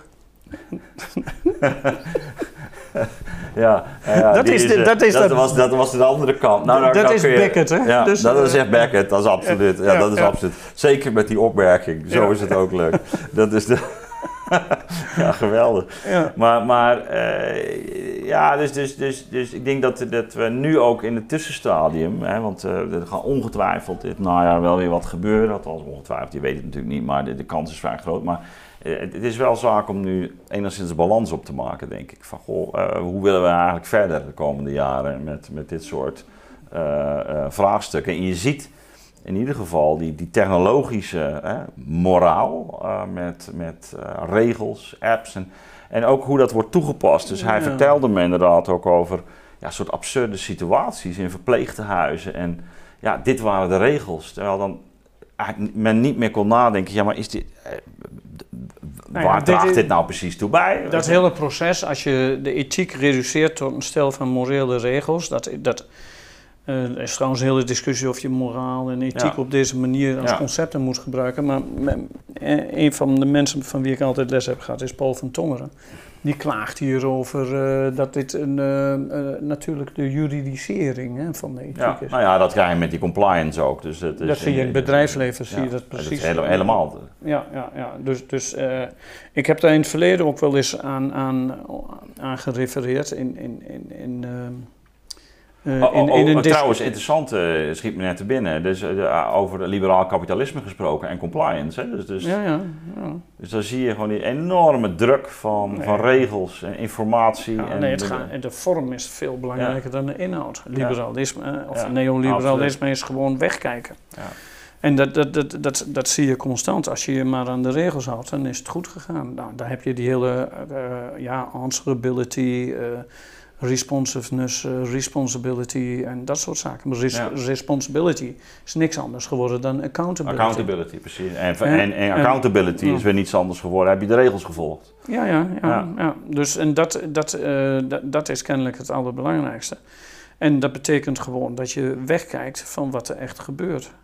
ja, ja, dat, is de, dat, is dat, dat, was, dat was de andere kant. Nou, dat is je, Beckett, hè? Ja, dus, dat uh, is echt Beckett, dat is absoluut. Ja, ja, dat is ja. absoluut. Zeker met die opmerking, zo ja. is het ook leuk. Dat is de... ja, geweldig. Ja. Maar, maar uh, ja, dus, dus, dus, dus ik denk dat, dat we nu ook in het tussenstadium, hè, want uh, er gaat ongetwijfeld dit najaar wel weer wat gebeuren, althans ongetwijfeld, je weet het natuurlijk niet, maar de, de kans is vrij groot. Maar uh, het is wel zaak om nu enigszins de balans op te maken, denk ik. Van, goh, uh, hoe willen we eigenlijk verder de komende jaren met, met dit soort uh, uh, vraagstukken? En je ziet in ieder geval die, die technologische hè, moraal uh, met, met uh, regels, apps en, en ook hoe dat wordt toegepast. Dus hij ja. vertelde me inderdaad ook over ja, soort absurde situaties in verpleegtehuizen. En ja, dit waren de regels. Terwijl dan men niet meer kon nadenken, ja, maar is dit... Uh, nou waar ja, draagt dit, dit nou precies toe bij? Dat hele proces, als je de ethiek reduceert tot een stel van morele regels, dat... dat Uh, er is trouwens een hele discussie of je moraal en ethiek ja. op deze manier als ja. concepten moet gebruiken. Maar me, een van de mensen van wie ik altijd les heb gehad is Paul van Tongeren. Die klaagt hierover uh, dat dit een, uh, uh, natuurlijk de juridisering hè, van de ethiek ja. is. Nou ja, dat krijg je met die compliance ook. Dus het is dat zie je in het bedrijfsleven, zie ja, je dat precies. Dat is hele, helemaal. Ja, ja, ja. Dus, dus uh, ik heb daar in het verleden ook wel eens aan, aan, aan gerefereerd in... in, in, in uh, Uh, oh, in, in oh, een trouwens, interessant uh, schiet me net te binnen. Dus uh, over liberaal kapitalisme gesproken en compliance. Hè? Dus, dus, ja, ja, ja. dus dan zie je gewoon die enorme druk van, nee. van regels en informatie. Ja, en nee, het de, gaat, de vorm is veel belangrijker ja. dan de inhoud. Liberalisme ja. of ja, neoliberalisme absoluut. is gewoon wegkijken. Ja. En dat, dat, dat, dat, dat zie je constant. Als je je maar aan de regels houdt, dan is het goed gegaan. Nou, daar heb je die hele uh, ja, answerability... Uh, responsiveness, uh, responsibility en dat soort zaken. Maar res- ja. responsibility is niks anders geworden dan accountability. Accountability, precies. En, en, en, en accountability en, is weer niets anders geworden. Heb je de regels gevolgd? Ja, ja, ja. ja. ja. Dus, en dat, dat, uh, dat, dat is kennelijk het allerbelangrijkste. En dat betekent gewoon dat je wegkijkt van wat er echt gebeurt. Ja.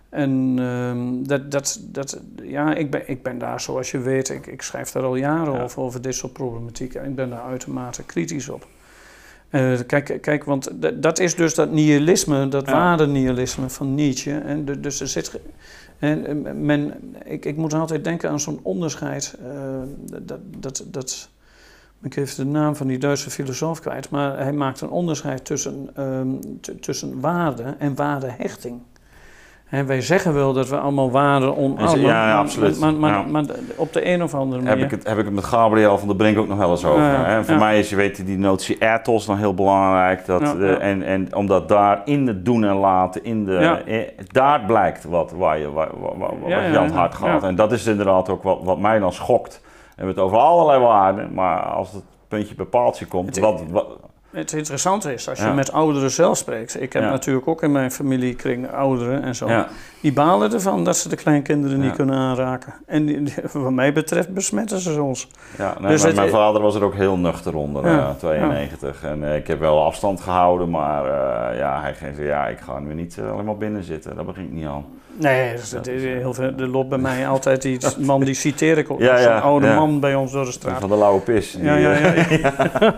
En um, dat, dat, dat, ja, ik ben, ik ben daar, zoals je weet, ik, ik schrijf daar al jaren ja. over, over dit soort problematiek. En ik ben daar uitermate kritisch op. Uh, kijk, kijk, want d- dat is dus dat nihilisme, dat ja. waarde-nihilisme van Nietzsche. En de, dus er zit... En men, ik, ik moet altijd denken aan zo'n onderscheid. Uh, dat, dat, dat, ik even de naam van die Duitse filosoof kwijt, maar hij maakt een onderscheid tussen, um, t- tussen waarde en waardehechting. En wij zeggen wel dat we allemaal waarde omarmen, ja, ja, absoluut. Maar, maar, ja. maar, maar op de een of andere manier... Heb ik het, heb ik het met Gabriel van der Brink ook nog wel eens over. Uh, hè? Voor ja. mij is, je weet, die notie ethos nog heel belangrijk. Dat, ja, de, ja. En, en omdat daar in het doen en laten, in de, ja. eh, daar blijkt wat, waar je, waar, waar, waar ja, je aan het hart gaat. Ja. En dat is inderdaad ook wat, wat mij dan schokt. We hebben het over allerlei waarden, maar als het puntje bij paaltje komt... Het, wat, wat, het interessante is, als je ja. met ouderen zelf spreekt... Ik heb ja. natuurlijk ook in mijn familiekring ouderen en zo... Ja. Die balen ervan dat ze de kleinkinderen niet ja. kunnen aanraken. En die, die, wat mij betreft besmetten ze ons. Ja, nee, dus het, mijn vader was er ook heel nuchter onder, ja. uh, tweeënnegentig. Ja. En uh, ik heb wel afstand gehouden, maar uh, ja, hij zei... Ja, ik ga nu niet uh, alleen maar binnen zitten, daar begin ik niet aan. Nee, dus dat is heel veel, er loopt bij mij altijd die man, die citeer ik ook. Ja, ja, zo'n oude ja. man bij ons door de straat. Van de lauwe pis. Die, ja, ja, ja. ja.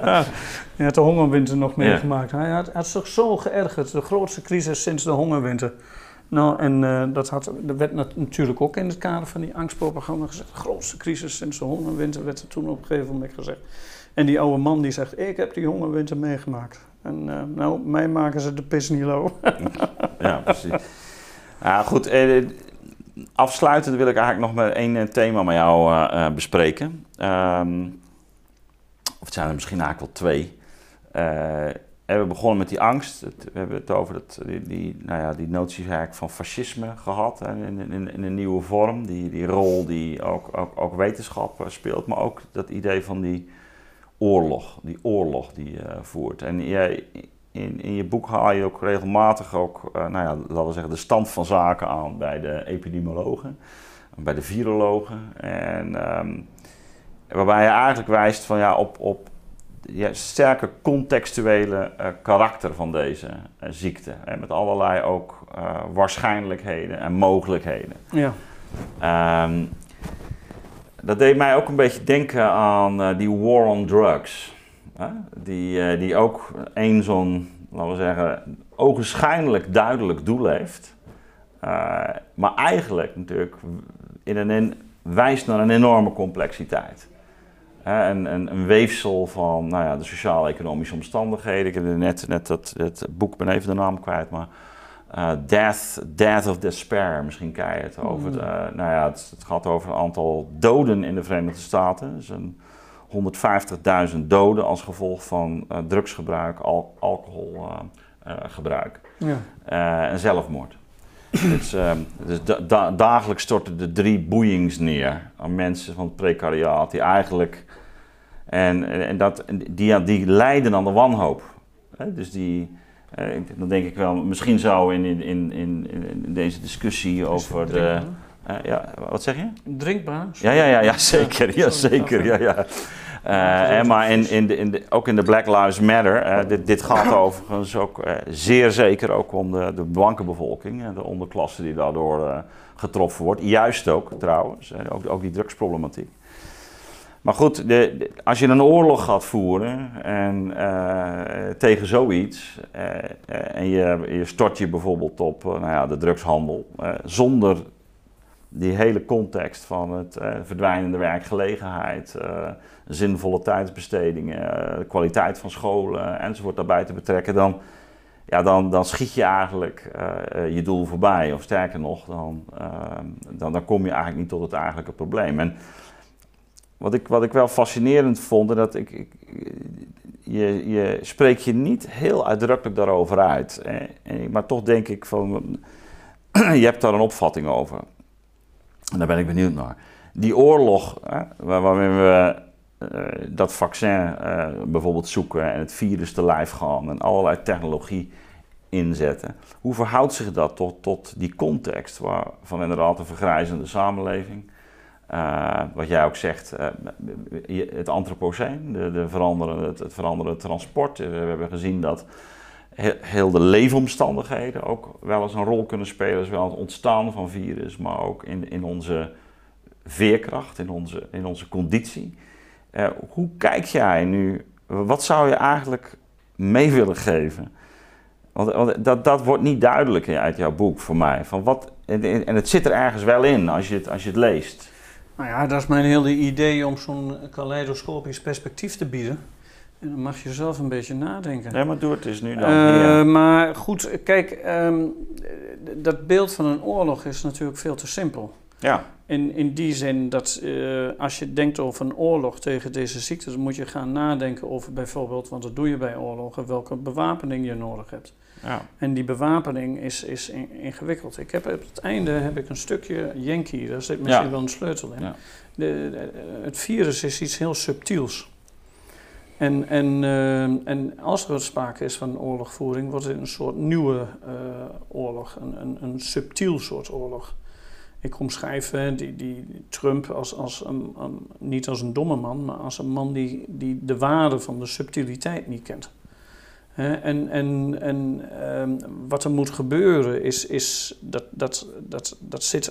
Hij had de hongerwinter nog meegemaakt. Ja. Hij had, had zich zo geërgerd, de grootste crisis sinds de hongerwinter. Nou, en uh, dat, had, dat werd nat- natuurlijk ook in het kader van die angstpropaganda gezegd. De grootste crisis sinds de hongerwinter werd er toen op een gegeven moment gezegd. En die oude man die zegt, ik heb die hongerwinter meegemaakt. En uh, nou, mij maken ze de pis niet lauw. Ja, precies. Ja, goed. Eh, afsluitend wil ik eigenlijk nog maar één thema met jou uh, uh, bespreken. Um, of het zijn er misschien eigenlijk wel twee. Uh, we hebben begonnen met die angst. Het, we hebben het over het, die, die, nou ja, die notie eigenlijk van fascisme gehad. Hè, in, in, in een nieuwe vorm. Die, die rol die ook, ook, ook wetenschap speelt. Maar ook dat idee van die oorlog. Die oorlog die je uh, voert. En jij... In, in je boek haal je ook regelmatig ook, uh, nou ja, laten we zeggen, de stand van zaken aan bij de epidemiologen, bij de virologen. En um, waarbij je eigenlijk wijst van, ja, op, op ja, sterke contextuele uh, karakter van deze uh, ziekte. En met allerlei ook uh, waarschijnlijkheden en mogelijkheden. Ja. Um, dat deed mij ook een beetje denken aan uh, die war on drugs. Huh? Die, uh, die ook één zo'n, laten we zeggen, ogenschijnlijk duidelijk doel heeft. Uh, maar eigenlijk natuurlijk in een, in, wijst naar een enorme complexiteit. Uh, een, een, een weefsel van, nou ja, de sociaal-economische omstandigheden. Ik heb net, net dat, het boek, ben even de naam kwijt, maar uh, Death, Death of Despair, misschien ken je het. Over het, uh, nou ja, het, het gaat over een aantal doden in de Verenigde Staten. Dus een honderdvijftigduizend doden als gevolg van uh, drugsgebruik, al- alcoholgebruik uh, uh, ja. uh, en zelfmoord. dus, uh, dus da- da- dagelijks storten er drie boeiings neer aan mensen van het precariaat die eigenlijk en, en dat, die, die lijden aan de wanhoop. Hè? Dus die, uh, dan denk ik wel, misschien zou in, in, in, in deze discussie over de... Uh, ja, wat zeg je? Drinkbaar? Ja, ja, ja, ja, zeker. Ja, zeker ja, ja. Uh, en maar in, in de, in de, ook in de Black Lives Matter, uh, dit, dit gaat overigens ook uh, zeer zeker ook om de, de blanke bevolking en de onderklasse die daardoor uh, getroffen wordt. Juist ook trouwens, uh, ook, ook die drugsproblematiek. Maar goed, de, de, als je een oorlog gaat voeren en, uh, tegen zoiets uh, uh, en je, je stort je bijvoorbeeld op uh, nou ja, de drugshandel uh, zonder die hele context van het uh, verdwijnende werkgelegenheid, uh, zinvolle tijdsbestedingen, uh, kwaliteit van scholen enzovoort daarbij te betrekken, dan, ja, dan, dan schiet je eigenlijk uh, je doel voorbij. Of sterker nog, dan, uh, dan, dan kom je eigenlijk niet tot het eigenlijke probleem. En wat ik, wat ik wel fascinerend vond, dat ik, ik, je, je spreekt je niet heel uitdrukkelijk daarover uit. Eh, maar toch denk ik van, je hebt daar een opvatting over. En daar ben ik benieuwd naar. Die oorlog, hè, waar, waarmee we uh, dat vaccin uh, bijvoorbeeld zoeken en het virus te lijf gaan en allerlei technologie inzetten. Hoe verhoudt zich dat tot, tot die context waar, van inderdaad een vergrijzende samenleving? Uh, wat jij ook zegt, uh, het antropoceen, de, de veranderende, het, het veranderende transport. We hebben gezien dat heel, heel de leefomstandigheden ook wel eens een rol kunnen spelen. Zowel het ontstaan van virus, maar ook in, in onze veerkracht, in onze, in onze conditie. Uh, hoe kijk jij nu, wat zou je eigenlijk mee willen geven? Want, want dat, dat wordt niet duidelijk uit jouw boek voor mij. Van wat, en, en het zit er ergens wel in als je het, als je het leest. Nou ja, dat is mijn hele idee om zo'n kaleidoscopisch perspectief te bieden. En dan mag je zelf een beetje nadenken. Nee, maar doe het eens nu dan. Uh, ja. Maar goed, kijk, um, dat beeld van een oorlog is natuurlijk veel te simpel. Ja. In, in die zin dat uh, als je denkt over een oorlog tegen deze ziekte, dan moet je gaan nadenken over bijvoorbeeld, want dat doe je bij oorlogen, welke bewapening je nodig hebt. Ja. En die bewapening is, is in, ingewikkeld. Ik heb, op het einde heb ik een stukje Yankee, daar zit misschien ja. wel een sleutel in. Ja. De, de, het virus is iets heel subtiels. En, en, uh, en als er sprake is van oorlogvoering, wordt het een soort nieuwe uh, oorlog, een, een, een subtiel soort oorlog. Ik omschrijf uh, die, die Trump als, als een, een, niet als een domme man, maar als een man die, die de waarde van de subtiliteit niet kent. Uh, en en, en uh, wat er moet gebeuren is, is dat, dat, dat, dat zit...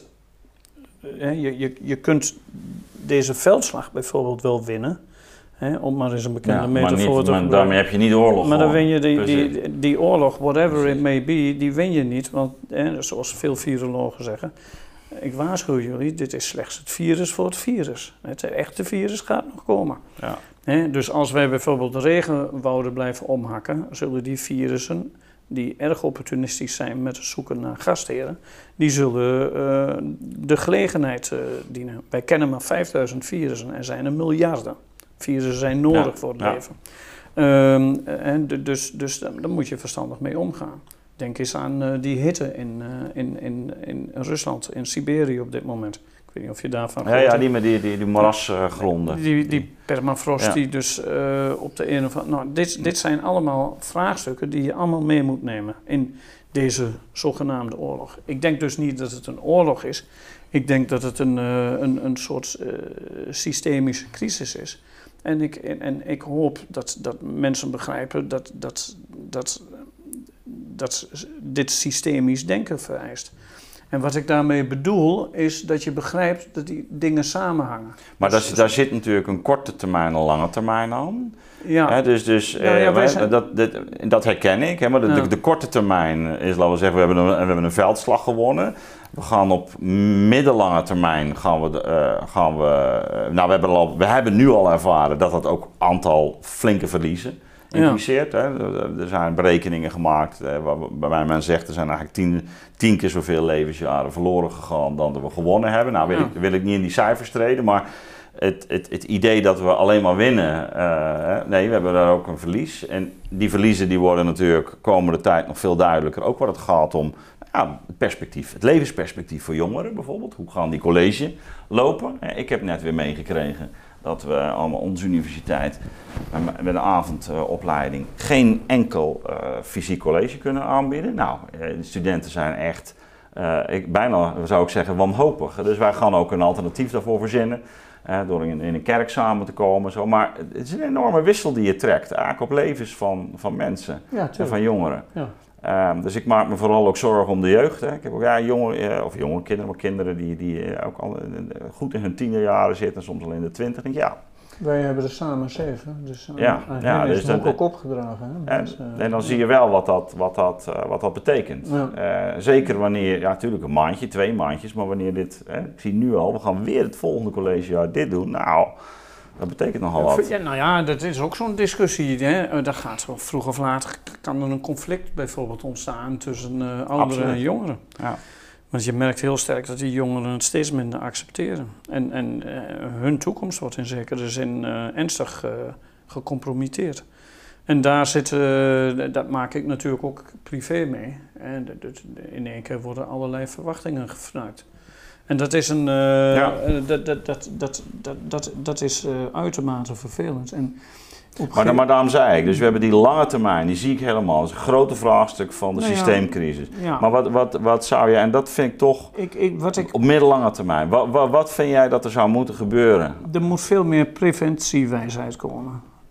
Uh, je, je, je kunt deze veldslag bijvoorbeeld wel winnen. He, om maar eens een bekende ja, metafoor te gebruiken. Maar daarmee heb je niet de oorlog. Maar dan win je die, die, die oorlog, whatever Precies. it may be, die win je niet. Want he, zoals veel virologen zeggen, ik waarschuw jullie, dit is slechts het virus voor het virus. Het echte virus gaat nog komen. Ja. He, dus als wij bijvoorbeeld de regenwouden blijven omhakken, zullen die virussen, die erg opportunistisch zijn met het zoeken naar gastheren, die zullen uh, de gelegenheid uh, dienen. Wij kennen maar vijfduizend virussen, er zijn er miljarden. Virussen zijn nodig ja, voor het ja. leven. Um, en dus dus daar moet je verstandig mee omgaan. Denk eens aan uh, die hitte in, uh, in, in, in Rusland, in Siberië op dit moment. Ik weet niet of je daarvan ja, ja, die met die, die, die morasgronden. Uh, die, die permafrost ja. die dus uh, op de een of andere... Nou, dit, dit zijn allemaal vraagstukken die je allemaal mee moet nemen in deze zogenaamde oorlog. Ik denk dus niet dat het een oorlog is. Ik denk dat het een, uh, een, een soort uh, systemische crisis is. En ik, en, en ik hoop dat, dat mensen begrijpen dat, dat, dat, dat dit systemisch denken vereist. En wat ik daarmee bedoel, is dat je begrijpt dat die dingen samenhangen. Maar dus, daar, daar zit natuurlijk een korte termijn en een lange termijn aan. Ja. He, dus dus nou, ja, eh, zijn... dat, dat, dat herken ik. Hè, maar de, ja. de, de korte termijn is, laten we zeggen, we hebben, een, we hebben een veldslag gewonnen. We gaan op middellange termijn gaan we, uh, gaan we uh, nou we hebben, al, we hebben nu al ervaren dat dat ook aantal flinke verliezen impliceert. Ja. Hè. Er zijn berekeningen gemaakt uh, waarbij men zegt er zijn eigenlijk tien, tien keer zoveel levensjaren verloren gegaan dan dat we gewonnen hebben. Nou wil, ja. ik, wil ik niet in die cijfers treden, maar het, het, het idee dat we alleen maar winnen, uh, nee, we hebben daar ook een verlies. En die verliezen die worden natuurlijk komende tijd nog veel duidelijker. Ook wat het gaat om ja, het perspectief, het levensperspectief voor jongeren bijvoorbeeld. Hoe gaan die college lopen? Ik heb net weer meegekregen dat we allemaal onze universiteit met een avondopleiding geen enkel uh, fysiek college kunnen aanbieden. Nou, de studenten zijn echt, uh, ik, bijna zou ik zeggen, wanhopig. Dus wij gaan ook een alternatief daarvoor verzinnen. Uh, door in, in een kerk samen te komen. Zo. Maar het is een enorme wissel die je trekt, eigenlijk op levens van, van mensen ja, en van jongeren. Ja. Um, dus ik maak me vooral ook zorgen om de jeugd. Hè. Ik heb ook ja, jonge, of jonge kinderen, maar kinderen die, die ook al goed in hun tienerjaren zitten, soms al in de twintig. Ja. Wij hebben er samen zeven, dus aan, ja, aan ja, hen dus is het ook opgedragen. Hè? En, dus, uh, en dan zie je wel wat dat, wat dat, uh, wat dat betekent. Ja. Uh, zeker wanneer, ja natuurlijk een maandje, twee maandjes, maar wanneer dit, hè, ik zie nu al, we gaan weer het volgende collegejaar dit doen. Nou, dat betekent nogal wat. Ja, nou ja, dat is ook zo'n discussie. Hè? Dat gaat zo vroeg of laat, kan er een conflict bijvoorbeeld ontstaan tussen uh, ouderen Absoluut. en jongeren. Ja. Want je merkt heel sterk dat die jongeren het steeds minder accepteren. En, en uh, hun toekomst wordt in zekere zin uh, ernstig uh, gecompromitteerd. En daar zit, uh, dat maak ik natuurlijk ook privé mee. En in één keer worden allerlei verwachtingen gefnuikt. En dat is, een, uh, ja. dat, dat, dat, dat, dat, dat, dat is uh, uitermate vervelend. En maar, dan, maar daarom zei ik, dus we hebben die lange termijn, die zie ik helemaal. Dat is een grote vraagstuk van de nou ja, systeemcrisis. Ja. Maar wat, wat, wat zou je, en dat vind ik toch ik, ik, wat ik, op middellange termijn, wat, wat, wat vind jij dat er zou moeten gebeuren? Er moet veel meer preventiewijsheid komen.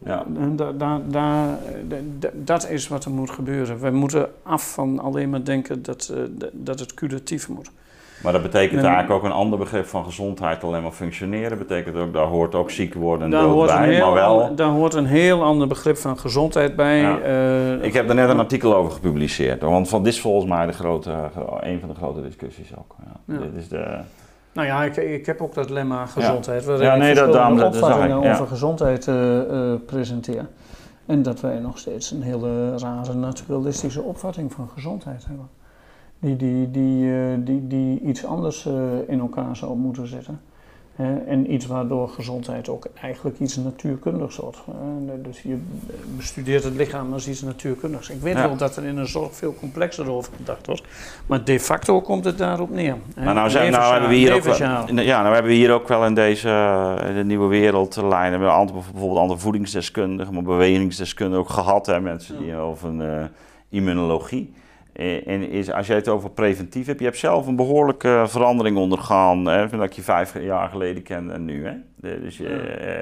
Ja. Da, da, da, da, dat is wat er moet gebeuren. We moeten af van alleen maar denken dat, uh, dat het curatief moet. Maar dat betekent en, eigenlijk ook een ander begrip van gezondheid, alleen maar functioneren. Betekent ook, daar hoort ook ziek worden en daar dood hoort bij, een heel, maar wel... Daar hoort een heel ander begrip van gezondheid bij. Ja. Uh, Ik heb er net een artikel over gepubliceerd, want van, dit is volgens mij de grote, een van de grote discussies ook. Ja. Ja. Dit is de... Nou ja, ik, ik heb ook dat lemma gezondheid. Ja. We ja, nee, dat, daarom, dat opvattingen ja. over gezondheid uh, uh, presenteren. En dat wij nog steeds een hele rare naturalistische opvatting van gezondheid hebben. Die, die, die, uh, die, die iets anders uh, in elkaar zou moeten zetten. Hè? En iets waardoor gezondheid ook eigenlijk iets natuurkundigs wordt. Uh, dus je bestudeert het lichaam als iets natuurkundigs. Ik weet ja. wel dat er in de zorg veel complexer over gedacht wordt. Maar de facto komt het daarop neer. Maar nou, zijn, nou, hebben we hier ook wel, ja, nou hebben we hier ook wel in deze in de nieuwe wereldlijnen bijvoorbeeld andere voedingsdeskundigen, maar bewegingsdeskundigen ook gehad. Hè, mensen die over een uh, immunologie. En is, als je het over preventief hebt, je hebt zelf een behoorlijke verandering ondergaan, hè, dat ik je vijf jaar geleden kende en nu. Hè? Dus, je,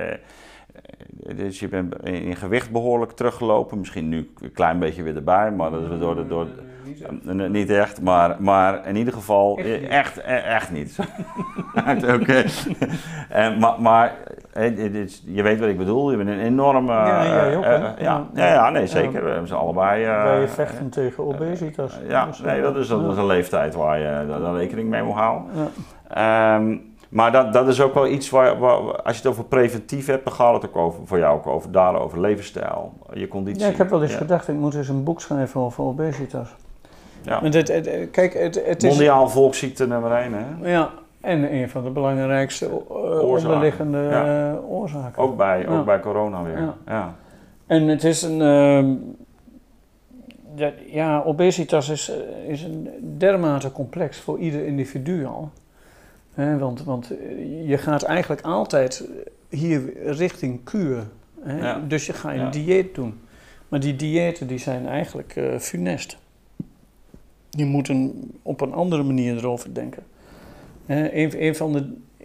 eh, dus je bent in gewicht behoorlijk teruggelopen, misschien nu een klein beetje weer erbij, maar dat is door de... Door, uh, niet echt, maar, maar in ieder geval echt niet. Echt, echt niet. Oké. Okay. maar, maar je weet wat ik bedoel, je bent een enorme... Ja, jij ook, hè? Uh, uh, ja, ja, ja, nee, zeker. We hebben ze allebei... Uh, Wij vechten uh, tegen obesitas. Uh, ja, dus, nee, dat is, dat ja. is een leeftijd waar je daar rekening mee moet houden. Ja. Um, maar dat, dat is ook wel iets waar, waar, als je het over preventief hebt, dan gaat het ook over, voor jou ook over, daarover, levensstijl, je conditie. Ja, ik heb wel eens ja. gedacht, ik moet eens een boek schrijven over obesitas. Ja. Maar dit, het, kijk, het, het is... Mondiaal volksziekte nummer één, hè? Ja, en een van de belangrijkste uh, onderliggende ja. uh, oorzaken. Ook bij, ja. ook bij corona weer. Ja. Ja. En het is een... Uh, dat, ja, obesitas is, is een dermate complex voor ieder individu al. He, want, want je gaat eigenlijk altijd hier richting kuur. He? Ja. Dus je gaat een ja. dieet doen. Maar die diëten die zijn eigenlijk uh, funest. Je moet een, op een andere manier erover denken. He, een, een, van de,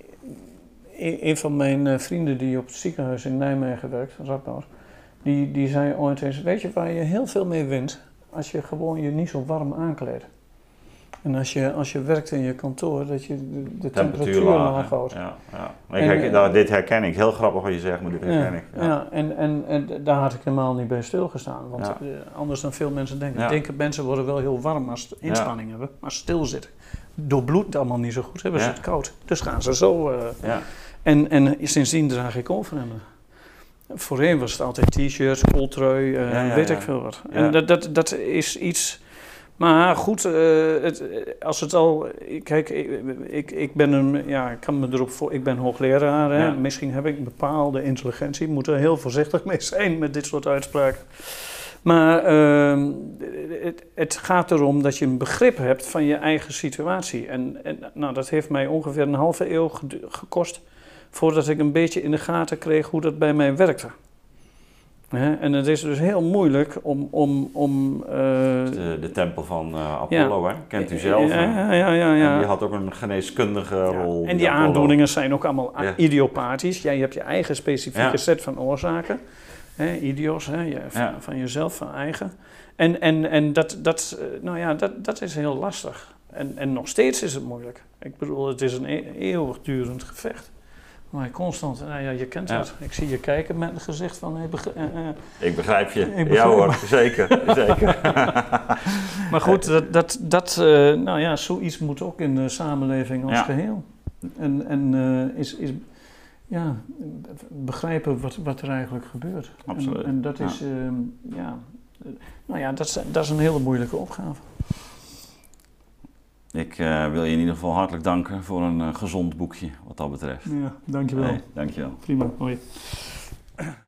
een, een van mijn uh, vrienden die op het ziekenhuis in Nijmegen werkt, Radboud, die, die zei ooit eens, weet je waar je heel veel mee wint? Als je gewoon je niet zo warm aankleedt. En als je, als je werkt in je kantoor, dat je de, de temperatuur laag houdt. Ja, ja. Ik herken, nou, dit herken ik. Heel grappig wat je zegt, maar dit herken ja, ik. Ja, ja en, en, en daar had ik helemaal niet bij stilgestaan. Want ja. uh, anders dan veel mensen denken. Ja. Denken mensen worden wel heel warm als ze inspanning ja. hebben, maar stilzitten. Doorbloedt het allemaal niet zo goed, hebben ja. ze het koud. Dus gaan ze zo. Uh, ja. en, en sindsdien draag ik overhemden. Voorheen was het altijd t-shirts, kooltrui, uh, ja, ja, weet ja. ik veel wat. Ja. En dat, dat, dat is iets... Maar goed, uh, het, als het al... Kijk, ik, ik, ik ben een... Ja, ik kan me erop voor... Ik ben hoogleraar, hè. Ja. Misschien heb ik een bepaalde intelligentie. Ik moet er heel voorzichtig mee zijn met dit soort uitspraken. Maar uh, het, het gaat erom dat je een begrip hebt van je eigen situatie. En, en nou, dat heeft mij ongeveer een halve eeuw gekost... voordat ik een beetje in de gaten kreeg hoe dat bij mij werkte. He, en het is dus heel moeilijk om... om, om uh, de, de tempel van uh, Apollo, ja. hè? Kent u zelf. Ja, ja, ja, ja, ja. En die had ook een geneeskundige ja. rol. En die, die aandoeningen zijn ook allemaal ja. idiopathisch. Jij hebt je eigen specifieke ja. set van oorzaken. He, idios, he, je, van, ja. van jezelf, van eigen. En, en, en dat, dat, nou ja, dat, dat is heel lastig. En, en nog steeds is het moeilijk. Ik bedoel, het is een e- eeuwigdurend gevecht. Maar constant, nou ja, je kent het. Ja. Ik zie je kijken met een gezicht van... Hey, begrijp, uh, uh, ik begrijp je. Ik begrijp ja hoor, zeker. zeker. Maar goed, dat, dat, dat uh, nou ja, zoiets moet ook in de samenleving als ja. geheel. En, en uh, is, is ja, begrijpen wat, wat er eigenlijk gebeurt. Absoluut. En, en dat is, ja, uh, ja nou ja, dat is, dat is een hele moeilijke opgave. Ik uh, wil je in ieder geval hartelijk danken voor een uh, gezond boekje wat dat betreft. Ja, dankjewel. Hey, dankjewel. Prima, mooi.